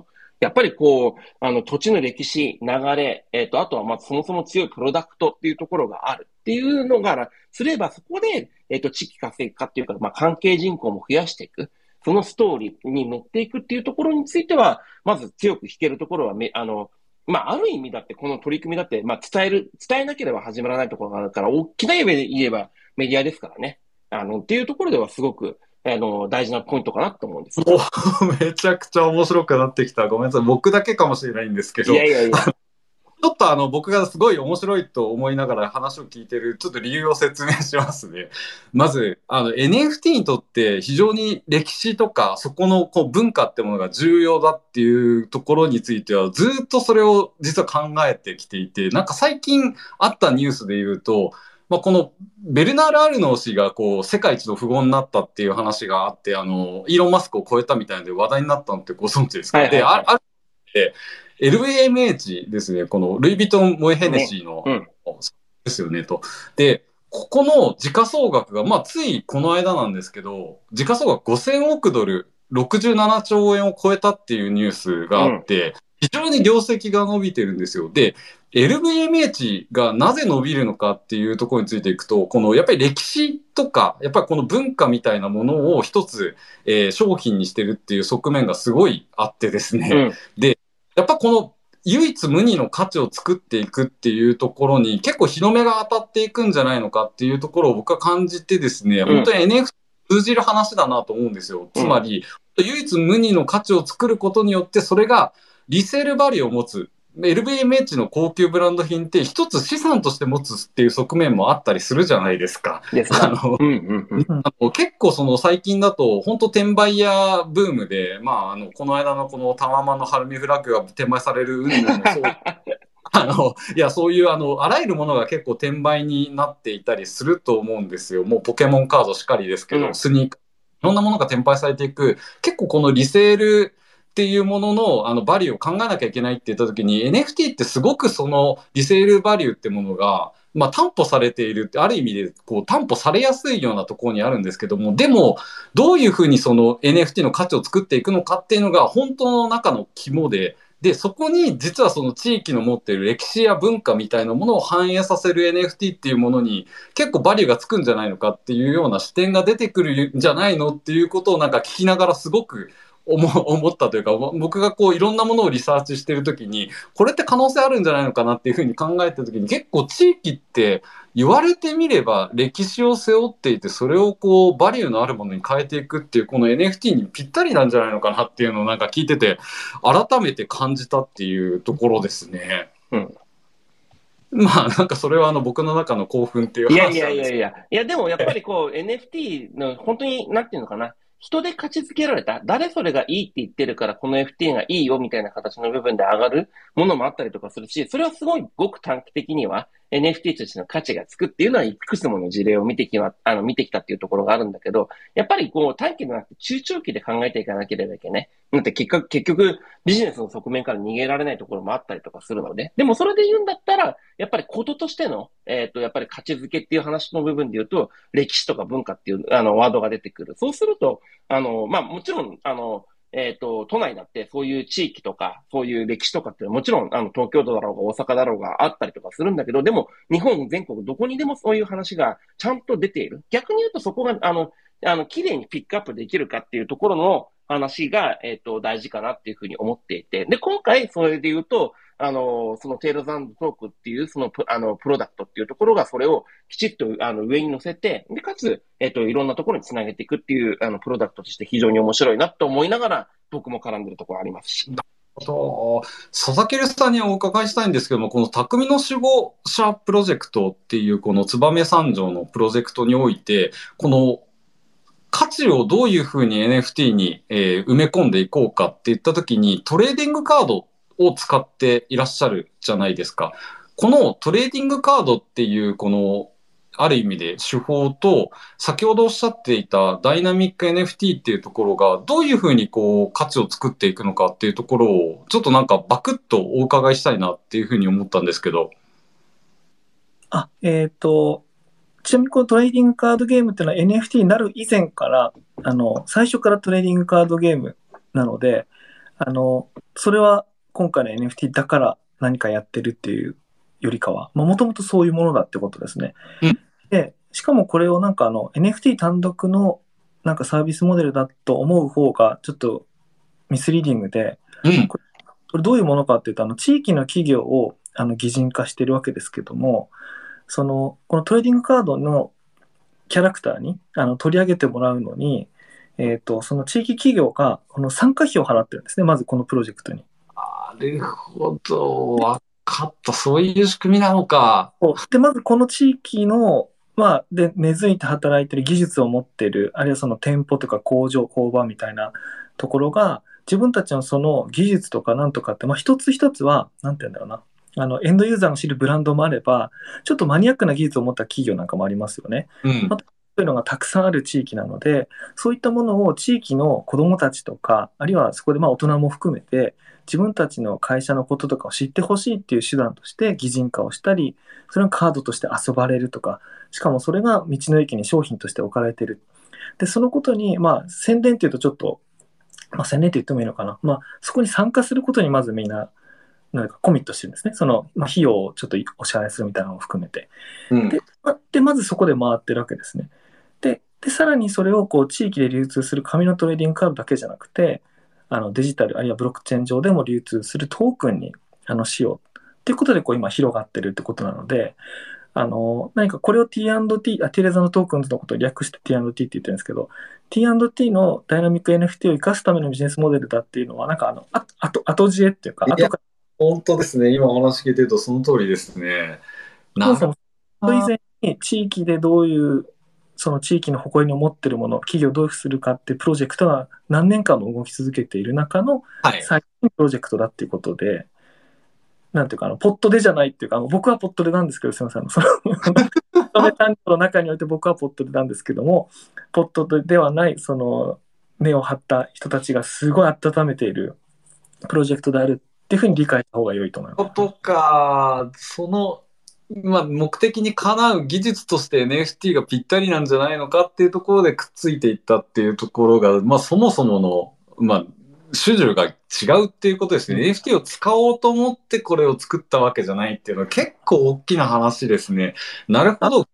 やっぱり土地の歴史、流れ、あとはそもそも強いプロダクトっていうところがあるっていうのがすれば、そこで、地域活性化っていうか、関係人口も増やしていく。そのストーリーに乗っていくっていうところについては、まず強く引けるところはある意味だってこの取り組みだって、伝えなければ始まらないところがあるから、大きな意味で言えばメディアですからね。っていうところではすごく、大事なポイントかなと思うんです。 めちゃくちゃ面白くなってきた。ごめんなさい。僕だけかもしれないんですけど。 いやいやいや。 ちょっと僕がすごい面白いと思いながら話を聞いてる、ちょっと理由を説明しますね。まず、NFT にとって非常に歴史とか、そこの文化ってものが重要だっていうところについては、ずっとそれを実は考えてきていて、なんか最近あったニュースで言うと、このベルナール・アルノー氏が世界一の富豪になったっていう話があって、イーロン・マスクを超えたみたいなので話題になったのってご存知ですか？ はいはいはい、 で、LVMH ですね、このルイ・ヴィトン・モエ・ヘネシーの、ですよねと。で、ここの時価総額が、ついこの間なんですけど、時価総額5000億ドル、67兆円を超えたっていうニュースがあって、非常に業績が伸びてるんですよ。で、LVMH がなぜ伸びるのかっていうところについていくと、やっぱり歴史とか、やっぱりこの文化みたいなものを一つ、商品にしてるっていう側面がすごいあってですね。で、やっぱこの唯一無二の価値を作っていくっていうところに結構日の目が当たっていくんじゃないのかっていうところを僕は感じてですね、本当に NFT 通じる話だなと思うんですよ。つまり、唯一無二の価値を作ることによってそれがリセールバリューを持つ。LVMH の高級ブランド品って一つ資産として持つっていう側面もあったりするじゃないですか。結構最近だと本当転売屋ブームで、この間のこのタワマンのハルミフラッグが転売される云々もそういや、そういうあらゆるものが結構転売になっていたりすると思うんですよ。もうポケモンカードしかりですけど、スニーカー、いろんなものが転売されていく。結構このリセールっていうもののバリューを考えなきゃいけないって言った時に NFT ってすごくそのリセールバリューってものが担保されているってある意味で担保されやすいようなところにあるんですけども、でもどういうふうにその NFT の価値を作っていくのかっていうのが本当の中の肝で、そこに実はその地域の持っている歴史や文化みたいなものを反映させる NFT っていうものに結構バリューがつくんじゃないのかっていうような視点が出てくるんじゃないのっていうことをなんか聞きながらすごく思ったというか、僕がいろんなものをリサーチしてるときにこれって可能性あるんじゃないのかなっていうふうに考えたときに、結構地域って言われてみれば歴史を背負っていて、それをバリューのあるものに変えていくっていうこの NFT にぴったりなんじゃないのかなっていうのをなんか聞いてて改めて感じたっていうところですね。なんかそれは僕の中の興奮っていう話なんです。 いや、でもやっぱりNFT の本当になんていうのかな。人で価値づけられた、誰それがいいって言ってるからこの FT がいいよみたいな形の部分で上がるものもあったりとかするし、それはすごいごく短期的には NFT としての価値がつくっていうのはいくつもの事例を見てきたっていうところがあるんだけど、やっぱり短期でなくて中長期で考えていかなければいけない。だって結局ビジネスの側面から逃げられないところもあったりとかするので、でもそれで言うんだったら、やっぱりこととしての、やっぱり価値づけっていう話の部分で言うと、歴史とか文化っていうワードが出てくる。そうすると、もちろん、都内だってそういう地域とか、そういう歴史とかってもちろん、東京都だろうが大阪だろうがあったりとかするんだけど、でも、日本全国どこにでもそういう話がちゃんと出ている。逆に言うとそこが、綺麗にピックアップできるかっていうところの話が、大事かなっていうふうに思っていて。で、今回、それで言うと、そのテイルズ&トークっていう、そのプロダクトっていうところが、それをきちっと、上に乗せて、で、かつ、いろんなところにつなげていくっていう、プロダクトとして非常に面白いなと思いながら、僕も絡んでるところありますし。 佐々木さんにお伺いしたいんですけども、この匠の守護者プロジェクトっていうこの燕三条のプロジェクトにおいて、この価値をどういうふうに NFT に、埋め込んでいこうかっていったときに、トレーディングカードを使っていらっしゃるじゃないですか。このトレーディングカードっていうこのある意味で手法と、先ほどおっしゃっていたダイナミック NFT っていうところがどういうふうに価値を作っていくのかっていうところをちょっとなんかバクッとお伺いしたいなっていうふうに思ったんですけど。 ちなみにこのトレーディングカードゲームっていうのは NFT になる以前から、最初からトレーディングカードゲームなので、 それは今回の NFT だから何かやってるっていうよりかは、もともとそういうものだってことですね。で、しかもこれをなんかNFT 単独のなんかサービスモデルだと思う方がちょっとミスリーディングで、これどういうものかっていうと、地域の企業を擬人化してるわけですけども、このトレーディングカードのキャラクターに取り上げてもらうのに、その地域企業がこの参加費を払ってるんですね、まずこのプロジェクトに。 なるほど。わかった。そういう仕組みなのか。 で、まずこの地域の、で、根付いて働いてる技術を持ってる、あるいはその店舗とか工場、工場みたいなところが、自分たちのその技術とかなんとかって、一つ一つは、なんて言うんだろうな。エンドユーザーの知るブランドもあれば、ちょっとマニアックな技術を持った企業なんかもありますよね。そういうのがたくさんある地域なので、そういったものを地域の子どもたちとか、あるいはそこで大人も含めて、自分たちの会社のこととかを知ってほしいっていう手段として擬人化をしたり、それをカードとして遊ばれるとか、しかもそれが道の駅に商品として置かれている。で、そのことに、宣伝っていうとちょっと、宣伝って言ってもいいのかな。そこに参加することにまずみんな、なんかコミットしてるんですね。費用をちょっとお支払いするみたいなのを含めて。で、まずそこで回ってるわけですね。で、さらにそれをこう地域で流通する紙のトレーディングカードだけじゃなくて、デジタルあるいはブロックチェーン上でも流通するトークンにしようっていうことで今広がってるってことなので、何かこれを T&T、テレザのトークンズのことを略して T&T って言ってるんですけど、T&T のダイナミック NFT を生かすためのビジネスモデルだっていうのは、なんか後知恵っていうか、後から。 本当ですね。今お話聞いてるとその通りですね。 そ以前に地域でどういうその地域の誇りに思っているもの、企業をどうするかっていうプロジェクトが何年間も動き続けている中の最近プロジェクトだっていうことで、なんていうかポットでじゃないっていうか、僕はポットでなんですけど、すみません、その単語の中において僕はポットでなんですけども、ポットではないその根を張った人たちがすごい温めているプロジェクトであるっていうふうに理解した方が良いと思います。 ことか、目的にかなう技術として NFT がぴったりなんじゃないのかっていうところでくっついていったっていうところが、そもそもの、主従が違うっていうことですね。NFT を使おうと思ってこれを作ったわけじゃないっていうのは結構大きな話ですね。なるほど。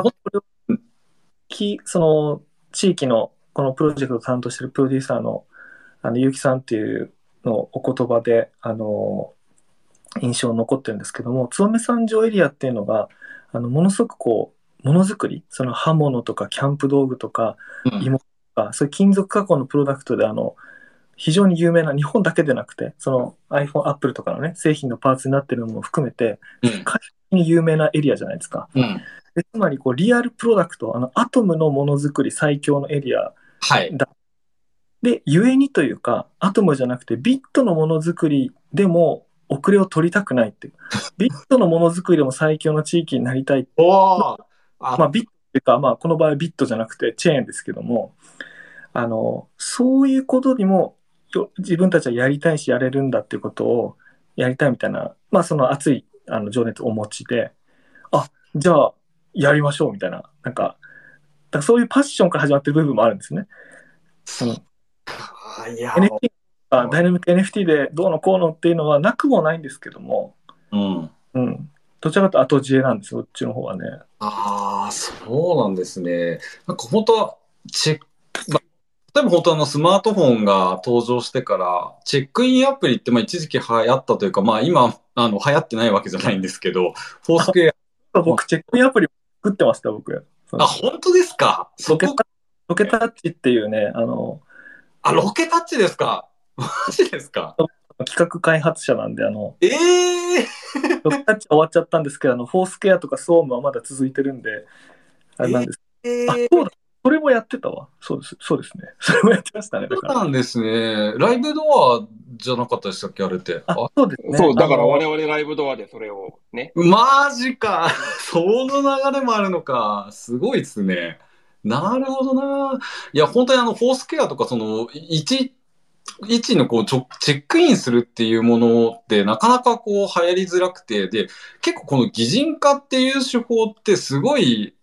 その地域のこのプロジェクトを担当しているプロデューサーの結城さんっていうのお言葉で印象に残ってるんですけども、燕三条エリアっていうのがものすごくこうものづくり、その刃物とかキャンプ道具とか芋とか、そういう金属加工のプロダクトで非常に有名な、日本だけでなくてその iPhone、Apple とかのね製品のパーツになってるのも含めて世界的に有名なエリアじゃないですか。でつまりこうリアルプロダクト、アトムのものづくり最強のエリアだ。でゆえにというか、アトムじゃなくてビットのものづくりでも遅れを取りたくないっていう、ビットのものづくりでも最強の地域になりたいビットっていうか、この場合はビットじゃなくてチェーンですけども、そういうことにも自分たちはやりたいしやれるんだっていうことをやりたいみたいな、その熱い情熱をお持ちで、じゃあやりましょうみたいな、なんかそういうパッションから始まってる部分もあるんですね。NFT ダイナミック NFT でどうのこうのっていうのはなくもないんですけども、どちらかというと後知恵なんですよ、こっちの方はね。 そうなんですね。なんか本当は例えば本当スマートフォンが登場してからチェックインアプリって一時期流行ったというか、今流行ってないわけじゃないんですけど、フォースクエア僕チェックインアプリ作ってました、僕。 本当ですか？ ロケタッチっていうね、 ロケタッチですか？マジですか？ 企画開発者なんで、ロケタッチ終わっちゃったんですけど、フォースケアとかソームはまだ続いてるんで、あれなんです。そうだ、それもやってたわ。そうですね。それもやってましたね。 そうなんですね。ライブドアじゃなかったでしたっけ、あれって。 そうですね。 そう、だから我々ライブドアでそれをね。 マジか。その流れもあるのか。すごいですね。なるほどな。いや、本当にフォースケアとか、位置のチェックインするっていうものってなかなか流行りづらくて、で、結構この擬人化っていう手法ってすごい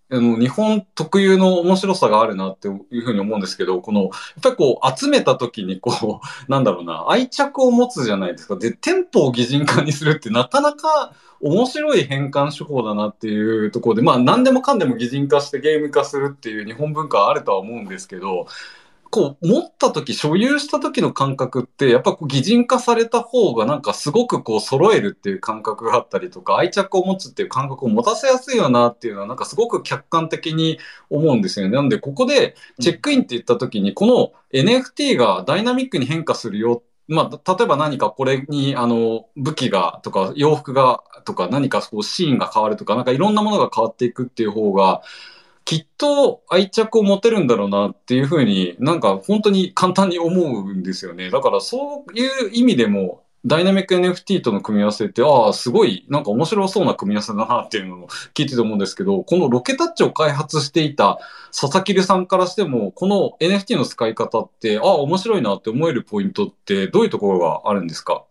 日本特有の面白さがあるなっていうふうに思うんですけど、やっぱりこう集めた時になんだろうな、愛着を持つじゃないですか。で、店舗を擬人化にするってなかなか面白い変換手法だなっていうところで、まあ何でもかんでも擬人化してゲーム化するっていう日本文化はあるとは思うんですけど、持った時、所有した時の感覚って、やっぱ擬人化された方がなんかすごく揃えるっていう感覚があったりとか、愛着を持つっていう感覚を持たせやすいよなっていうのは、なんかすごく客観的に思うんですよね。なんで、ここでチェックインって言った時に、この NFT がダイナミックに変化するよ。まあ、例えば何かこれに、武器がとか、洋服がとか、何かシーンが変わるとか、なんかいろんなものが変わっていくっていう方が、きっと愛着を持てるんだろうなっていうふうになんか本当に簡単に思うんですよね。だからそういう意味でもダイナミック NFT との組み合わせって、ああ、すごいなんか面白そうな組み合わせだなっていうのを聞いてて思うんですけど、このロケタッチを開発していた佐々木さんからしても、この NFT の使い方って、ああ、面白いなって思えるポイントってどういうところがあるんですか？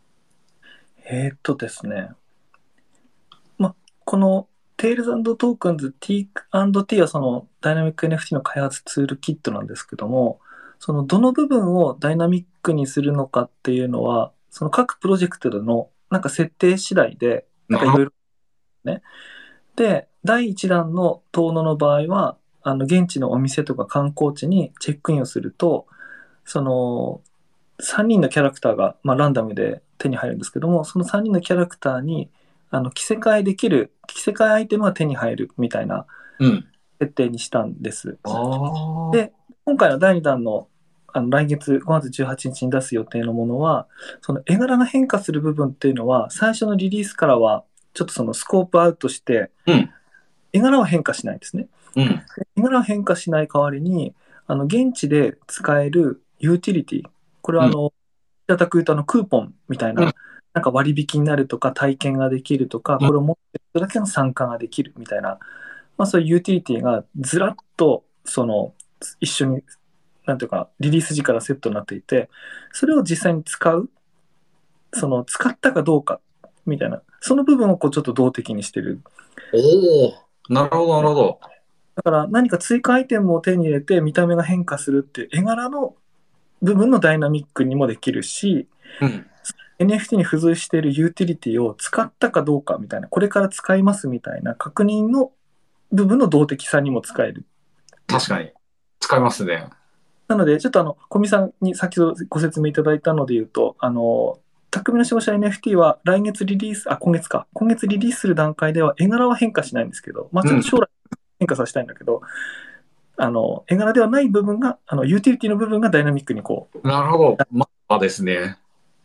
ですね。この Tails& Tokens T&T はそのダイナミック NFT の開発ツールキットなんですけども、そのどの部分をダイナミックにするのかっていうのは、その各プロジェクトのなんか設定次第で、なんかいろいろね。で、第1弾の遠野の場合は、現地のお店とか観光地にチェックインをすると、その3人のキャラクターが、ランダムで手に入るんですけども、その3人のキャラクターに着せ替えアイテムが手に入るみたいな設定にしたんです。で、今回の第2弾の来月5月18日に出す予定のものは、その絵柄が変化する部分っていうのは、最初のリリースからは、ちょっとそのスコープアウトして、絵柄は変化しないんですね。絵柄は変化しない代わりに、現地で使えるユーティリティ、これはいただくとクーポンみたいな、なんか割引になるとか、体験ができるとか、これを持ってる人だけの参加ができるみたいな、そういうユーティリティがずらっと、一緒に、なんていうか、リリース時からセットになっていて、それを実際に使ったかどうか、みたいな、その部分をちょっと動的にしてる。 なるほど、なるほど。 だから何か追加アイテムを手に入れて見た目が変化するっていう絵柄の部分のダイナミックにもできるし、NFT に付随しているユーティリティを使ったかどうかみたいな、これから使いますみたいな確認の部分の動的さにも使える。 確かに。使いますね。 なので、ちょっと小見さんに先ほどご説明いただいたので言うと、匠の守護者 NFT は今月リリースする段階では絵柄は変化しないんですけど、ちょっと将来変化させたいんだけど、絵柄ではない部分が、ユーティリティの部分がダイナミックになるほど。まあですね。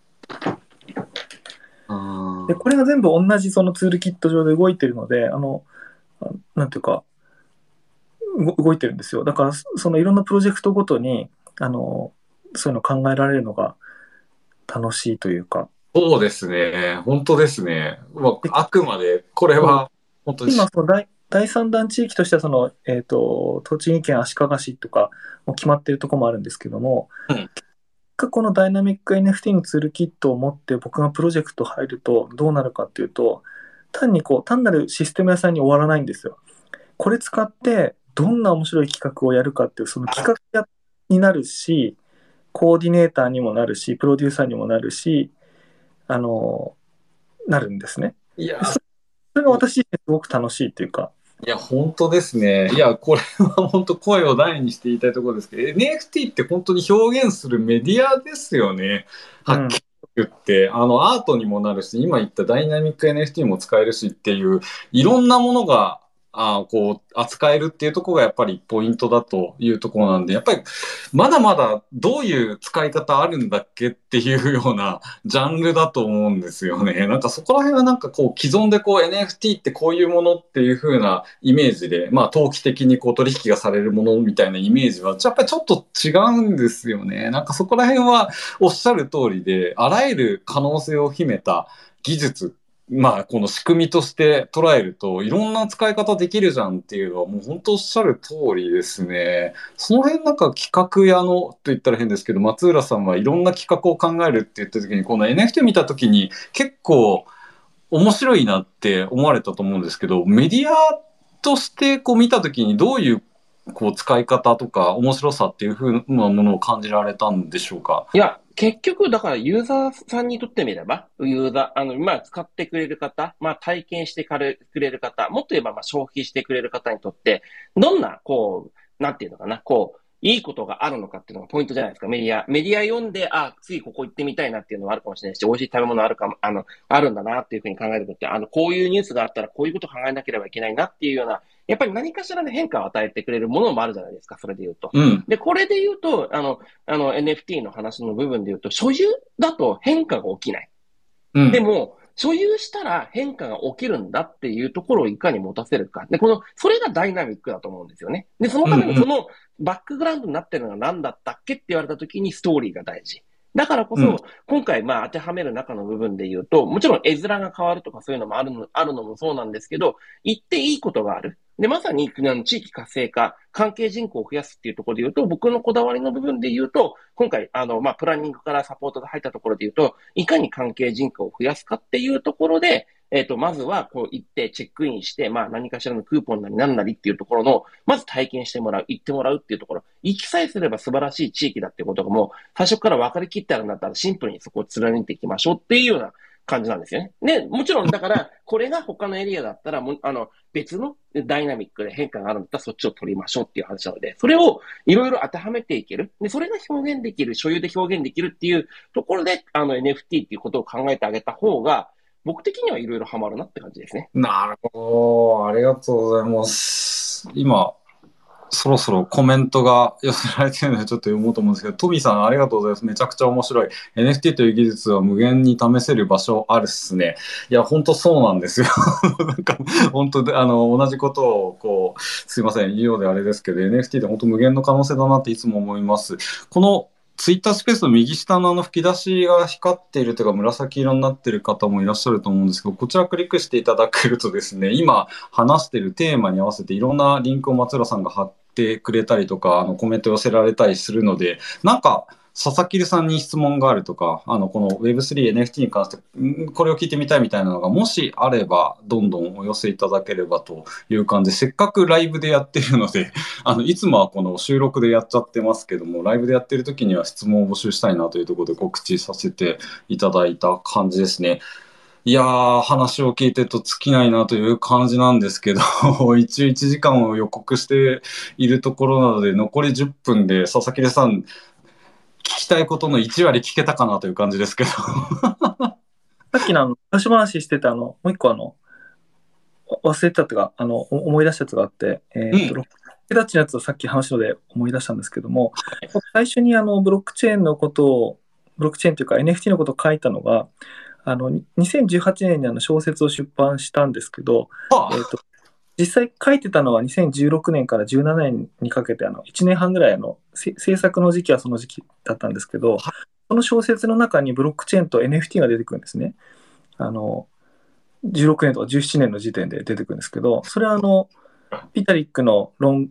で、これが全部同じそのツールキット上で動いてるので、なんていうか、動いてるんですよ。だから、そのいろんなプロジェクトごとに、そういうの考えられるのが楽しいというか。 そうですね。本当ですね。あくまで、これは、本当に。 今、第3弾地域としては栃木県足利市とかも決まっているところもあるんですけども、このダイナミック NFT のツールキットを持って僕がプロジェクト入るとどうなるかっていうと、単なるシステム屋さんに終わらないんですよ。これ使ってどんな面白い企画をやるかっていう、その企画屋になるし、コーディネーターにもなるし、プロデューサーにもなるし、なるんですね。 いや、 それが私すごく楽しいというか。 いや、本当ですね。いや、これは本当声を大にして言いたいところですけど、NFT って本当に表現するメディアですよね。はっきり言って、アートにもなるし、今言ったダイナミック NFT も使えるしっていう、いろんなものが、扱えるっていうところがやっぱりポイントだというところなんで、やっぱりまだまだどういう使い方あるんだっけっていうようなジャンルだと思うんですよね。なんかそこら辺はなんか既存でNFT ってこういうものっていう風なイメージで、投機的に取引がされるものみたいなイメージはやっぱりちょっと違うんですよね。なんかそこら辺はおっしゃる通りで、あらゆる可能性を秘めた技術この仕組みとして捉えるといろんな使い方できるじゃんっていうのはもう本当おっしゃる通りですね。その辺なんか企画屋のと言ったら変ですけど、松浦さんはいろんな企画を考えるって言った時にこの NFT 見た時に結構面白いなって思われたと思うんですけど、メディアとしてこう見たときにどういうこう使い方とか面白さっていうふうなものを感じられたんでしょうか？ いや、結局、だからユーザーさんにとってみれば、ユーザー、まあ、使ってくれる方、まあ、体験してくれる方、もっと言えば、まあ、消費してくれる方にとって、どんな、こう、なんていうのかな、こう、いいことがあるのかっていうのがポイントじゃないですか、メディア。メディア読んで、あ、次ここ行ってみたいなっていうのはあるかもしれないし、美味しい食べ物あるかも、あるんだなっていうふうに考えるとって、こういうニュースがあったらこういうこと考えなければいけないなっていうような、やっぱり何かしらの変化を与えてくれるものもあるじゃないですか、それで言うと。 うん。 で、これで言うと、NFT の話の部分で言うと、所有だと変化が起きない。 うん。 でも、所有したら変化が起きるんだっていうところをいかに持たせるか。で、それがダイナミックだと思うんですよね。で、そのためのそのバックグラウンドになってるのが何だったっけって言われた時にストーリーが大事。だからこそ、今回、まあ、当てはめる中の部分で言うと、もちろん絵面が変わるとかそういうのもあるのもそうなんですけど、言っていいことがある。で、まさに、地域活性化、関係人口を増やすっていうところで言うと、僕のこだわりの部分で言うと、今回、まあ、プランニングからサポートが入ったところで言うと、いかに関係人口を増やすかっていうところで、まずは、こう行ってチェックインして、まあ何かしらのクーポンなりなんなりっていうところの、まず体験してもらう、行ってもらうっていうところ、行きさえすれば素晴らしい地域だっていうことがもう、最初から分かりきってあるんだったらシンプルにそこを貫いていきましょうっていうような感じなんですよね。で、もちろんだから、これが他のエリアだったら、別のダイナミックで変化があるんだったらそっちを取りましょうっていう話なので、それをいろいろ当てはめていける。で、それが表現できる、所有で表現できるっていうところで、NFT っていうことを考えてあげた方が、僕的にはいろいろハマるなって感じですね。 なるほど。ありがとうございます。今、そろそろコメントが寄せられているのでちょっと読もうと思うんですけど、トミーさんありがとうございます。めちゃくちゃ面白い。NFT という技術は無限に試せる場所あるっすね。いや、本当そうなんですよ。なんか、本当で、同じことを、こう、すいません、言うようであれですけど、NFT って本当無限の可能性だなっていつも思います。この、ツイッタースペースの右下の吹き出しが光っているというか紫色になっている方もいらっしゃると思うんですけど、こちらクリックしていただけるとですね、今話しているテーマに合わせていろんなリンクを松浦さんが貼ってくれたりとか、コメント寄せられたりするので、なんか、佐々木さんに質問があるとか、この Web3、NFT に関して、これを聞いてみたいみたいなのが、もしあれば、どんどんお寄せいただければという感じで、せっかくライブでやってるので、いつもはこの収録でやっちゃってますけども、ライブでやってる時には質問を募集したいなというところで告知させていただいた感じですね。いやー、話を聞いてると尽きないなという感じなんですけど、一応1時間を予告しているところなので、残り10分で佐々木さん、聞きたいことの1割聞けたかなという感じですけど。 さっきの昔話してたもう一個忘れてたというか、思い出したやつがあって、ロックダッチのやつをさっき話したので思い出したんですけども、最初にブロックチェーンのことを、ブロックチェーンというか NFT のことを書いたのが、2018年に小説を出版したんですけど、実際書いてたのは2016年から17年にかけて1年半ぐらい制作の時期はその時期だったんですけど、その小説の中にブロックチェーンと NFT が出てくるんですね。16年とか17年の時点で出てくるんですけど、それはピタリックの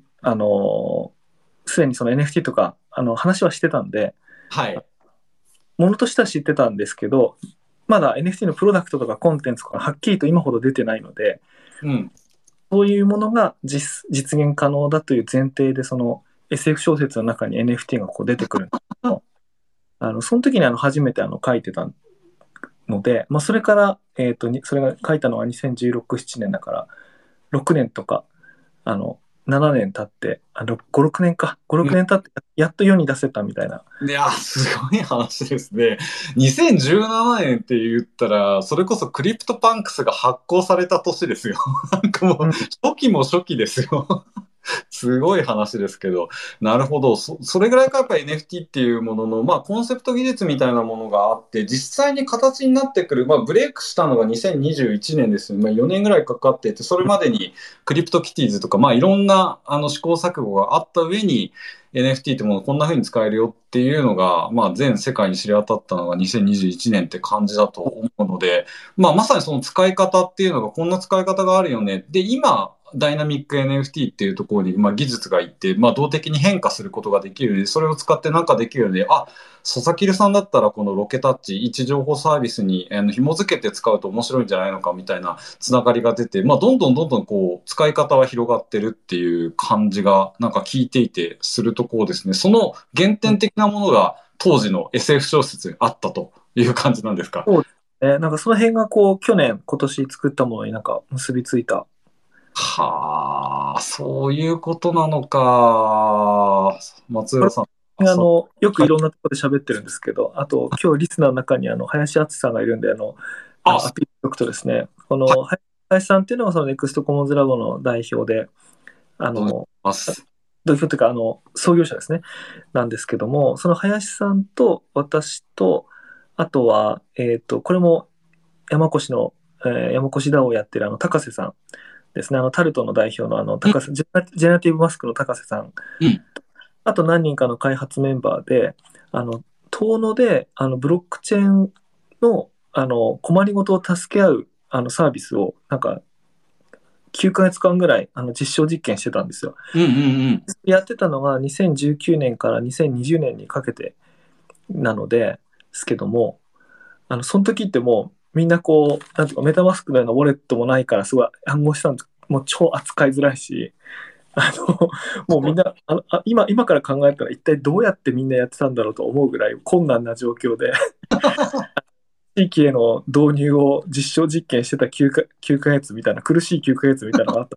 すでにその NFT とか話はしてたんで、 はい、 ものとしては知ってたんですけど、まだ NFT のプロダクトとかコンテンツとかはっきりと今ほど出てないので、そういうものが実現可能だという前提で、その SF 小説の中に NFT がこう出てくるんですけど、その時に初めて書いてたので、まあ、それから、それが書いたのは2016、7年だから、6年とか、7年経って、5、6年か、5、6年経って、やっと世に出せたみたいな。 いや、すごい話ですね。2017年って言ったら、それこそクリプトパンクスが発行された年ですよ。なんかもう、初期も初期ですよ。すごい話ですけど、なるほど。それぐらいかやっぱり NFT っていうものの、まあ、コンセプト技術みたいなものがあって、実際に形になってくる、まあ、ブレイクしたのが2021年ですね。まあ、4年ぐらいかかってて、それまでにクリプトキティーズとか、まあ、いろんな試行錯誤があった上に、NFT ってものこんな風に使えるよっていうのが、まあ、全世界に知れ渡ったのが2021年って感じだと思うので、まあ、まさにその使い方っていうのが、こんな使い方があるよね。で、今、 ダイナミック NFT っていうところに、まあ、技術がいって、まあ、動的に変化することができるので、それを使ってなんかできるので、佐々木さんだったらこのロケタッチ、位置情報サービスに紐付けて使うと面白いんじゃないのかみたいなつながりが出て、まあ、どんどんこう、使い方は広がってるっていう感じが、なんか聞いていてするところですね。その原点的なものが当時の SF 小説にあったという感じなんですか？ そうですね。なんかその辺がこう、去年、今年作ったものになんか結びついた。 はあ、そういうことなのか。松浦さん。 よくいろんなところで喋ってるんですけど、あと、今日リスナーの中に林敦さんがいるんで、 あ、 アピールしておくとですね、林さんっていうのがそのネクストコモンズラボの代表で、代表というか、創業者ですね、なんですけども、その林さんと私と、あとは、これも山越の、山越 DAO をやってる高瀬さんですね、タルトの代表の高瀬、ジェネラティブマスクの高瀬さん、あと何人かの開発メンバーで、遠野で、ブロックチェーンの、困りごとを助け合う、サービスを、なんか、9ヶ月間ぐらい、実証実験してたんですよ。やってたのが2019年から2020年にかけてなのですけども、その時ってもう、みんなこう、なんていうか、メタマスクのようなウォレットもないから、すごい暗号資産もう超扱いづらいし、もうみんな今から考えたら一体どうやってみんなやってたんだろうと思うぐらい困難な状況で地域への導入を実証実験してた9ヶ月みたいな苦しい9ヶ月みたいなのがあった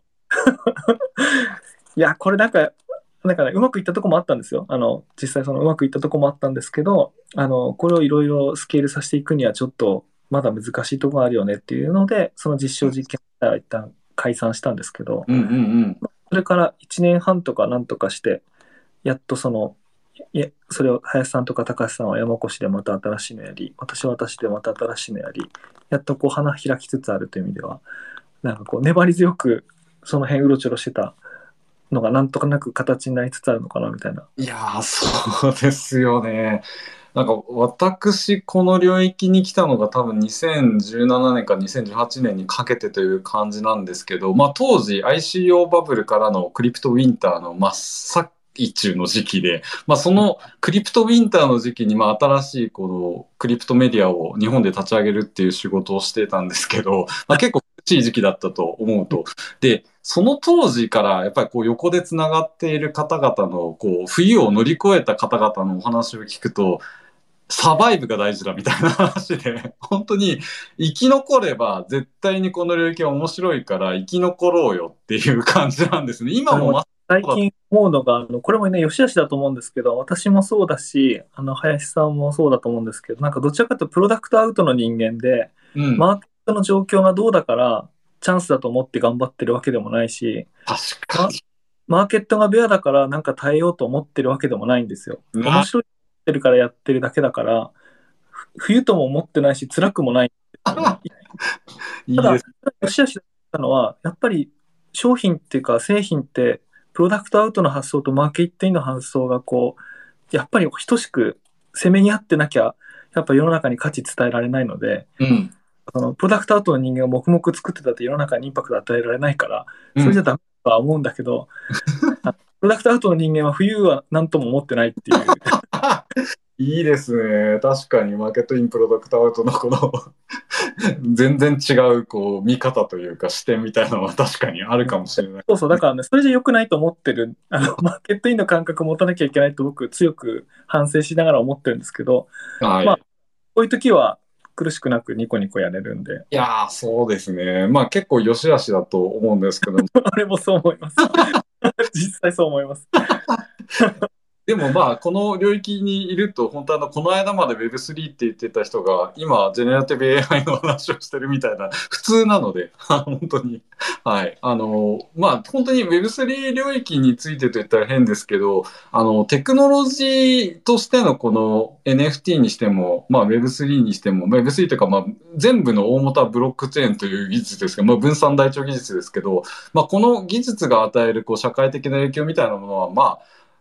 いやこれなんかね、うまくいったとこもあったんですよ。実際そのうまくいったとこもあったんですけど、これをいろいろスケールさせていくにはちょっとまだ難しいところがあるよねっていうので、その実証実験は一旦解散したんですけど、それから1年半とかなんとかして、やっとそれを林さんとか高橋さんは山越でまた新しいのやり、私は私でまた新しいのやり、やっとこう花開きつつあるという意味では、なんかこう粘り強くその辺うろちょろしてたのがなんとかなく形になりつつあるのかなみたいな。 いやー、そうですよね。なんか私、この領域に来たのが多分2017年から2018年にかけてという感じなんですけど、まあ当時 ICO バブルからのクリプトウィンターの真っ最中の時期で、まあそのクリプトウィンターの時期にまあ新しいこのクリプトメディアを日本で立ち上げるっていう仕事をしてたんですけど、まあ結構苦しい時期だったと思うと。で、その当時からやっぱりこう横でつながっている方々のこう冬を乗り越えた方々のお話を聞くと、サバイブが大事だみたいな話で、本当に生き残れば絶対にこの領域は面白いから生き残ろうよっていう感じなんですね。今も最近思うのが、これもね、良し悪しだと思うんですけど、私もそうだし、林さんもそうだと思うんですけど、なんかどちらかというとプロダクトアウトの人間で、マーケットの状況がどうだから、チャンスだと思って頑張ってるわけでもないし、 確かにマーケットがベアだからなんか耐えようと思ってるわけでもないんですよ。面白いってるからやってるだけだから、冬とも思ってないし、辛くもないんですよね。 いいただ、 です良し悪しだったのは、やっぱり商品っていうか製品って、プロダクトアウトの発想とマーケットインの発想がこう、やっぱり等しくせめぎ合ってなきゃ、やっぱ世の中に価値伝えられないので、プロダクトアウトの人間が黙々作ってたって世の中にインパクト与えられないから、それじゃダメとは思うんだけど、プロダクトアウトの人間は冬は何とも思ってないっていう。 いいですね。確かにマーケットインプロダクトアウトのこの全然違うこう見方というか視点みたいなのは確かにあるかもしれない。 そうそう、だからね、それじゃ良くないと思ってる。マーケットインの感覚を持たなきゃいけないと僕強く反省しながら思ってるんですけど、 はい、 まあ、こういう時は苦しくなくニコニコやれるんで。 いやー、そうですね。まあ結構良し悪しだと思うんですけど。 俺もそう思います。実際そう思います。 でもまあこの領域にいると本当この間まで Web3 って言ってた人が今ジェネラティブ AI の話をしてるみたいな普通なので本当にはいまあ本当に Web3 領域についてと言ったら変ですけどテクノロジーとしてのこの NFT にしてもまあ Web3 にしても Web3 というかまあ全部の大元はブロックチェーンという技術ですけど、まあ、分散台帳技術ですけど、まあ、この技術が与えるこう社会的な影響みたいなものはまあ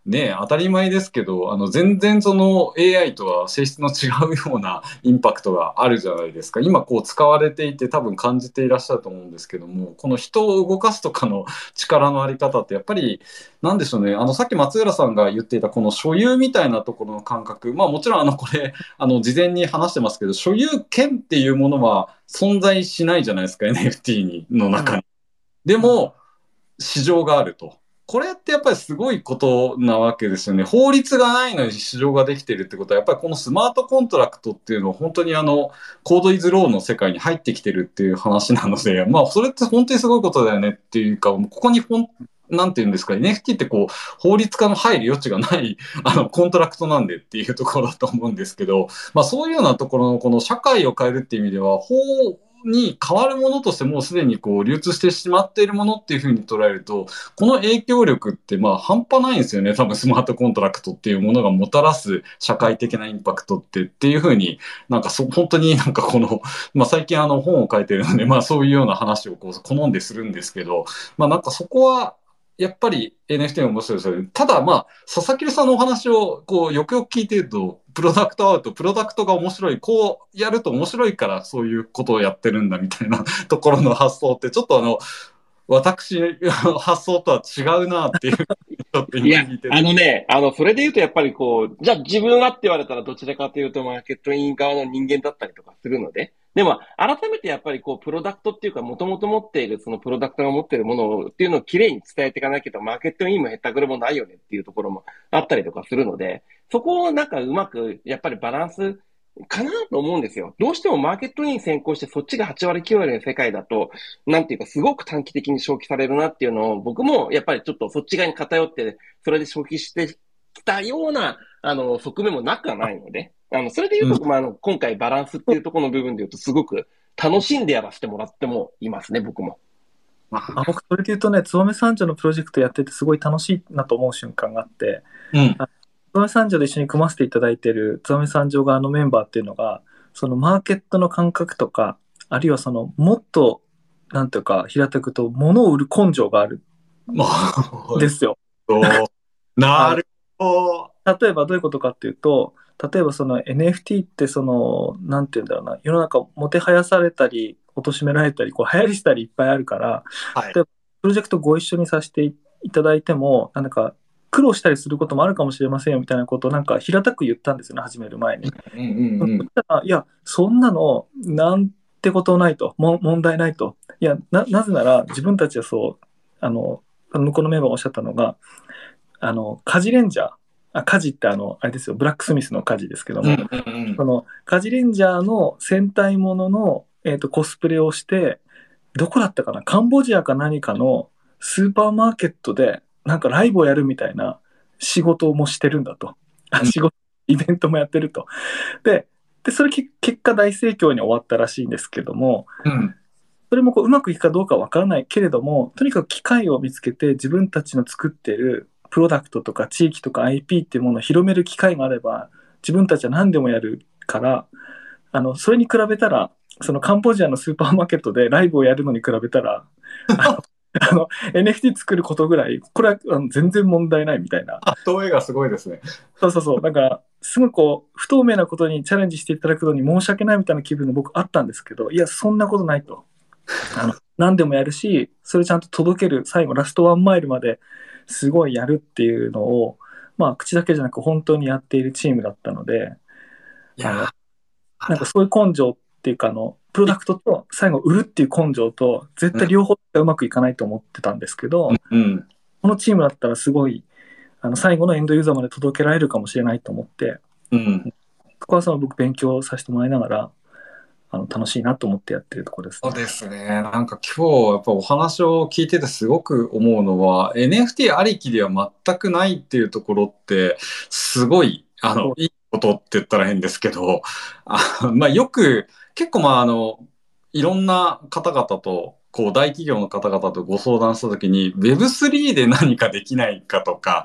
ね、当たり前ですけど、全然その AI とは性質の違うようなインパクトがあるじゃないですか。今こう使われていて多分感じていらっしゃると思うんですけども、この人を動かすとかの力のあり方ってやっぱり、なんでしょうね。さっき松浦さんが言っていたこの所有みたいなところの感覚、まあもちろんこれ、事前に話してますけど、所有権っていうものは存在しないじゃないですか、NFT の中に。でも、市場があると。これってやっぱりすごいことなわけですよね。法律がないのに市場ができてるってことは、やっぱりこのスマートコントラクトっていうのは本当にコードイズローの世界に入ってきてるっていう話なので、まあそれって本当にすごいことだよねっていうか、ここになんていうんですか、NFT ってこう、法律家の入る余地がない、コントラクトなんでっていうところだと思うんですけど、まあそういうようなところのこの社会を変えるっていう意味では、法に変わるものとしてもうすでにこう流通してしまっているものっていうふうに捉えると、この影響力ってまあ半端ないんですよね。多分スマートコントラクトっていうものがもたらす社会的なインパクトっていうふうになんか本当になんかまあ最近本を書いてるので、まあそういうような話をこう好んでするんですけど、まあなんかそこはやっぱり NFT も面白いですよね。ただまあ、佐々木さんのお話をこうよくよく聞いてると、プロダクトアウト、プロダクトが面白い、こうやると面白いからそういうことをやってるんだみたいなところの発想って、ちょっと私、発想とは違うなっていう、ちょっといや、 今聞いてる。 それで言うとやっぱりじゃあ自分はって言われたらどちらかというとマーケットイン側の人間だったりとかするので、でも改めてやっぱりプロダクトっていうか、もともと持っている、そのプロダクトが持っているものっていうのをきれいに伝えていかなきゃと、マーケットインもへったくれもないよねっていうところもあったりとかするので、そこをなんかうまく、やっぱりバランスかなと思うんですよ。どうしてもマーケットイン先行してそっちが8割9割の世界だと、なんていうかすごく短期的に消費されるなっていうのを僕もやっぱりちょっとそっち側に偏って、それで消費してきたような、側面もなくはないので、それで言うと、まあ、今回バランスっていうところの部分で言うとすごく楽しんでやらせてもらってもいますね、僕も。 僕、それで言うとね、燕三条のプロジェクトやっててすごい楽しいなと思う瞬間があって、 うん。 燕三条で一緒に組ませていただいている燕三条側のメンバーっていうのが、そのマーケットの感覚とか、あるいはそのもっと、なんていうか、平たく言うと、物を売る根性があるもんですよ。 なるほど。例えばどういうことかっていうと、例えばその NFT ってその、なんていうんだろうな、世の中もてはやされたり、貶められたり、こう流行りしたりいっぱいあるから、 はい、 例えばプロジェクトご一緒にさせていただいても、なんか苦労したりすることもあるかもしれませんよみたいなことをなんか平たく言ったんですよね、始める前に。いや、そんなのなんてことないと、問題ないと。いや、なぜなら自分たちはそう、向こうのメンバーがおっしゃったのが、カジレンジャー、カジってあれですよ、ブラックスミスのカジですけども、そのカジレンジャーの戦隊ものの、コスプレをして、どこだったかな、カンボジアか何かのスーパーマーケットでなんかライブをやるみたいな仕事もしてるんだと。イベントもやってると。で、それ結果大盛況に終わったらしいんですけども、それもうまくいくかどうかわからないけれども、とにかく機会を見つけて自分たちの作ってるプロダクトとか地域とか IP っていうものを広める機会があれば、自分たちは何でもやるから、それに比べたら、そのカンボジアのスーパーマーケットでライブをやるのに比べたら、NFT 作ることぐらい、これは全然問題ないみたいな。 投影がすごいですね。 そう。だから、すごいこう、不透明なことにチャレンジしていただくのに申し訳ないみたいな気分が僕あったんですけど、いや、そんなことないと。何でもやるし、それちゃんと届ける、最後ラストワンマイルまですごいやるっていうのを、まあ、口だけじゃなく本当にやっているチームだったので、なんかそういう根性っていうか、プロダクトと最後売るっていう根性と、絶対両方がうまくいかないと思ってたんですけど、このチームだったらすごい、最後のエンドユーザーまで届けられるかもしれないと思って、そこは僕勉強させてもらいながら、楽しいなと思ってやってるところですね。 そうですね。なんか今日やっぱお話を聞いててすごく思うのは NFT ありきでは全くないっていうところってすごいいいことって言ったら変ですけど、まあよく結構いろんな方々とこう大企業の方々とご相談したときに Web3 で何かできないかとか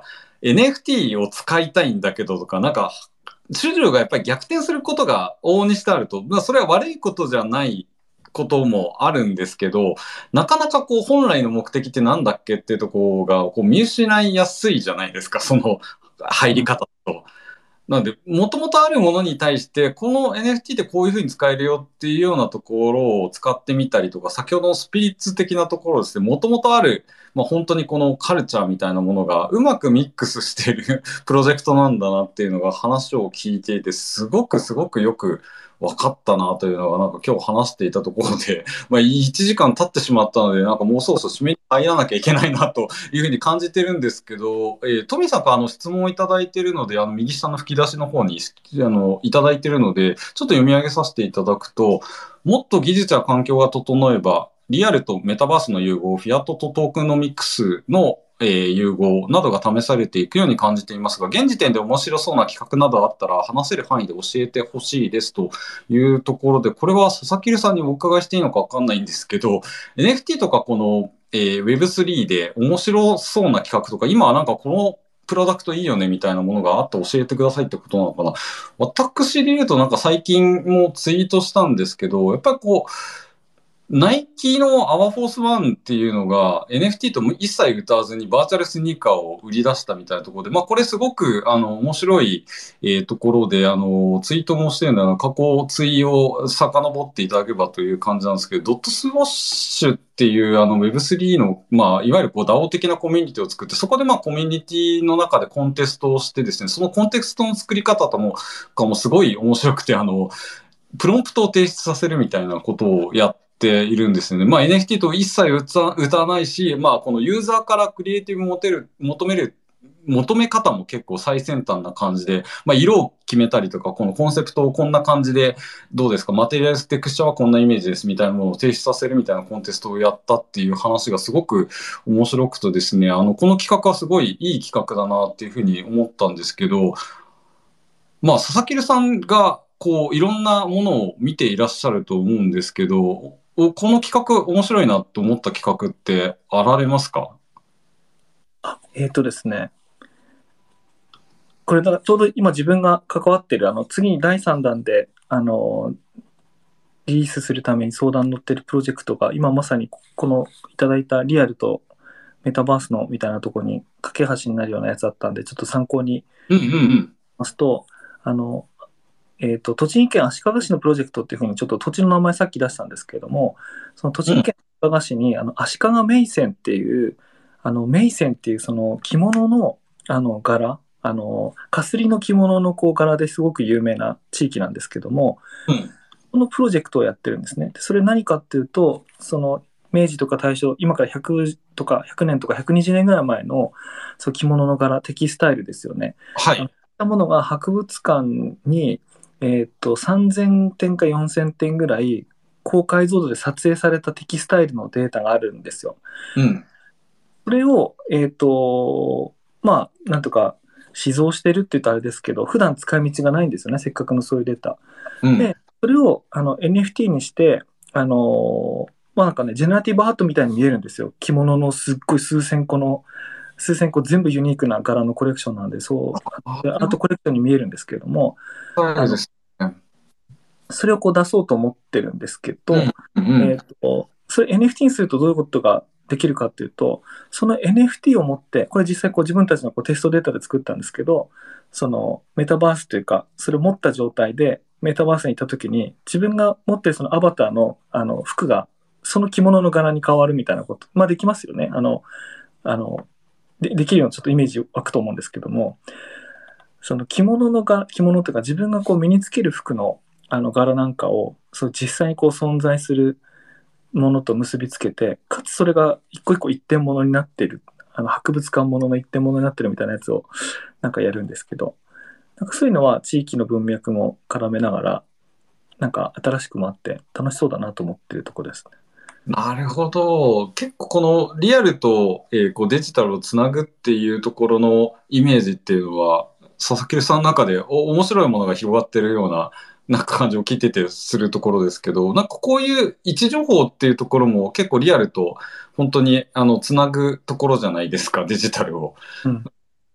NFT を使いたいんだけどとかなんか主従がやっぱり逆転することが往々にしてあると、それは悪いことじゃないこともあるんですけど、なかなかこう本来の目的ってなんだっけっていうところがこう見失いやすいじゃないですか、その入り方と。なので、もともとあるものに対して、この NFT ってこういうふうに使えるよっていうようなところを使ってみたりとか、先ほどのスピリッツ的なところですね、もともとある、本当にこのカルチャーみたいなものがうまくミックスしているプロジェクトなんだなっていうのが話を聞いていて、すごくすごくよく分かったなというのが、なんか今日話していたところで、1時間経ってしまったので、なんかもうそろそろ締めに入らなきゃいけないなというふうに感じてるんですけど、トミさんから質問をいただいているので、右下の吹き出しの方にいただいているので、ちょっと読み上げさせていただくと、もっと技術や環境が整えば、リアルとメタバースの融合、フィアットとトークンノミクスの融合などが試されていくように感じていますが、現時点で面白そうな企画などあったら話せる範囲で教えてほしいですというところで、これは佐々木さんにお伺いしていいのかわかんないんですけど、NFT とかこの、Web3 で面白そうな企画とか、今はなんかこのプロダクトいいよねみたいなものがあって教えてくださいってことなのかな。私で言うとなんか最近もツイートしたんですけど、やっぱりこう、ナイキのアワーフォースワンっていうのが NFT とも一切歌わずにバーチャルスニーカーを売り出したみたいなところで、これすごく面白い、ところでツイートもしてるんだな、過去ツイを遡っていただければという感じなんですけど、ドットスウォッシュっていうWeb3 の、いわゆるこう DAO 的なコミュニティを作って、そこでコミュニティの中でコンテストをしてですね、そのコンテストの作り方とかもすごい面白くて、プロンプトを提出させるみたいなことをやっているんですよね。NFT と一切歌わないし、このユーザーからクリエイティブ求め方も結構最先端な感じで、色を決めたりとか、このコンセプトをこんな感じで、どうですか、マテリアルテクスチャーはこんなイメージですみたいなものを提出させるみたいなコンテストをやったっていう話がすごく面白くてですね、この企画はすごいいい企画だなっていうふうに思ったんですけど、佐々木さんが、こう、いろんなものを見ていらっしゃると思うんですけど、この企画面白いなと思った企画ってあられますか？ ですね、これだからちょうど今自分が関わっている次に第3弾でリリースするために相談に乗っているプロジェクトが今まさにこのいただいたリアルとメタバースのみたいなところに架け橋になるようなやつだったんで、ちょっと参考にしますと、栃木県足利市のプロジェクトっていうふうにちょっと土地の名前さっき出したんですけれども、その栃木県足利市に足利銘仙っていう銘仙っていうその着物の柄、かすりの着物のこう柄ですごく有名な地域なんですけども、このプロジェクトをやってるんですね。でそれ何かっていうと、その明治とか大正、今から100とか100年とか120年ぐらい前のその着物の柄、テキスタイルですよね。 はい。 そういったものが博物館に、3000点か4000点ぐらい高解像度で撮影されたテキスタイルのデータがあるんですよ。それを、なんとか試蔵してるって言ったらあれですけど、普段使い道がないんですよね、せっかくのそういうデータ。で、それをNFT にして、なんかね、ジェネラティブアートみたいに見えるんですよ。着物のすっごい数千個全部ユニークな柄のコレクションなんで、アートコレクションに見えるんですけれども、それをこう出そうと思ってるんですけど、それ NFT にするとどういうことができるかっていうと、その NFT を持って、これ実際こう自分たちのこうテストデータで作ったんですけど、そのメタバースというか、それを持った状態でメタバースに行った時に、自分が持ってるそのアバターの服がその着物の柄に変わるみたいなこと、できますよね。できるようなちょっとイメージ湧くと思うんですけども、その着物というか自分がこう身につける服の柄なんかをそう実際にこう存在するものと結びつけて、かつそれが一個一個一点物になっている、博物館物の一点物になってるみたいなやつをなんかやるんですけど、なんかそういうのは地域の文脈も絡めながら、なんか新しくもあって楽しそうだなと思ってるところですね。 なるほど。結構このリアルと、こうデジタルをつなぐっていうところのイメージっていうのは、佐々木さんの中で面白いものが広がってるような、なんか感じを聞いててするところですけど、なんかこういう位置情報っていうところも結構リアルと本当につなぐところじゃないですか、デジタルを。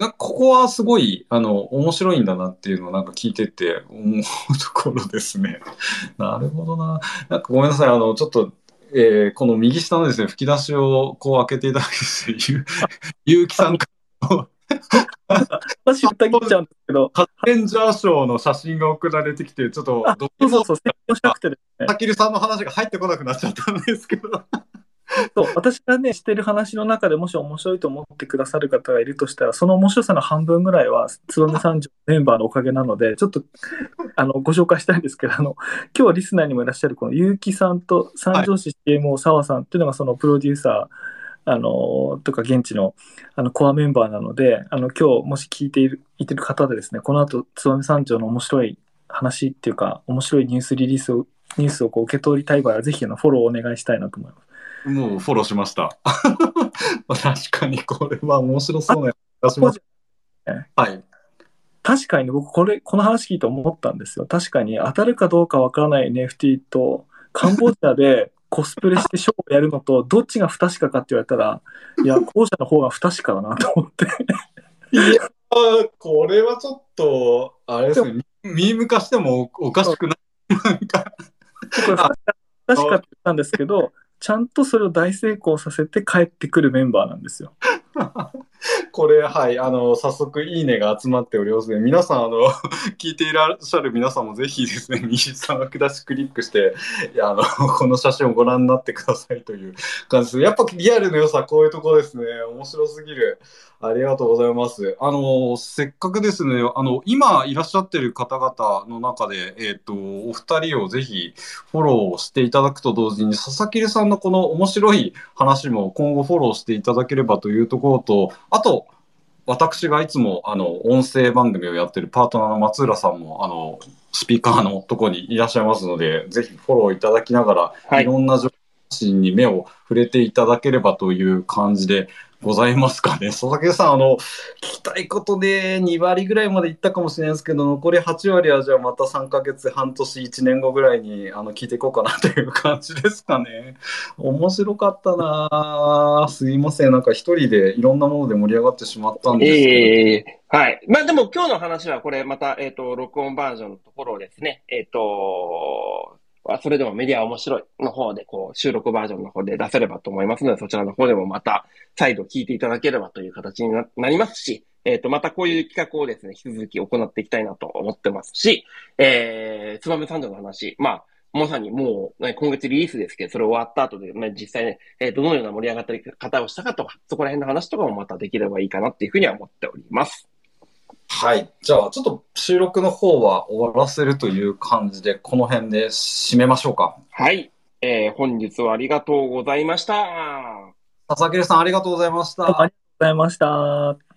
ここはすごい、面白いんだなっていうのをなんか聞いてて思うところですね。なるほどな。なんかごめんなさい。ちょっと、この右下のですね、吹き出しをこう開けていただけて、ゆうきさんから私、歌切っちゃうんですけど、 カレンジャー賞の写真が送られてきて、ちょっと、 そうそうそう、宣伝したくてですね。 たきるさんの話が入ってこなくなっちゃったんですけど。 そう、私がね、してる話の中でもし面白いと思ってくださる方がいるとしたら、その面白さの半分ぐらいは、燕三条メンバーのおかげなので、ちょっと、ご紹介したいんですけど、今日リスナーにもいらっしゃる、この結城さんと三条市 CMO 澤さんっていうのが、そのプロデューサー、とか現地の、コアメンバーなので、今日もし聞いてる方でですね、この後、燕三条の面白い話っていうか、面白いニュースをこう受け取りたい場合は、ぜひフォローをお願いしたいなと思います。 もうフォローしました。確かにこれは面白そうな気がします。はい。 確かに僕この話聞いて思ったんですよ。確かに当たるかどうかわからない NFT とカンボジアでコスプレしてショーをやるのとどっちが不確かかって言われたら、いや、後者の方が不確かだなと思って。 いやこれはちょっと、あれですね、ミーム化してもおかしくない。なんかこれ不確かって言ったんですけど、ちゃんとそれを大成功させて帰ってくるメンバーなんですよ。 これ、はい、早速、いいねが集まっておりますね。皆さん、聞いていらっしゃる皆さんもぜひですね、右下の下しクリックして、この写真をご覧になってくださいという感じです。やっぱリアルの良さ、こういうところですね。面白すぎる。ありがとうございます。せっかくですね、今いらっしゃってる方々の中で、お二人をぜひフォローしていただくと同時に、佐々木さんのこの面白い話も今後フォローしていただければというところと、あと、私がいつも音声番組をやってるパートナーの松浦さんもスピーカーのところにいらっしゃいますので、ぜひフォローいただきながら、 はいいろんな情報発信に目を触れていただければという感じでございますかね。佐々木さん、聞きたいことで2割ぐらいまでいったかもしれないですけど、残り8割はじゃあまた3ヶ月、半年、1年後ぐらいに聞いていこうかなという感じですかね。面白かったなすいません。なんか一人でいろんなもので盛り上がってしまったんですけど。 はい。まあでも今日の話はこれまた、録音バージョンのところをですね、それでもメディア面白いの方で、こう、収録バージョンの方で出せればと思いますので、そちらの方でもまた再度聞いていただければという形になりますし、またこういう企画をですね、引き続き行っていきたいなと思ってますし、燕三条の話、まあ、まさにもう、ね、今月リリースですけど、それ終わった後で、ね、実際ね、どのような盛り上がったり方をしたかとか、そこら辺の話とかもまたできればいいかなっていうふうには思っております。 はい。じゃあ、ちょっと収録の方は終わらせるという感じで、この辺で締めましょうか。 はい。本日はありがとうございました。 佐々木さん、ありがとうございました。 ありがとうございました。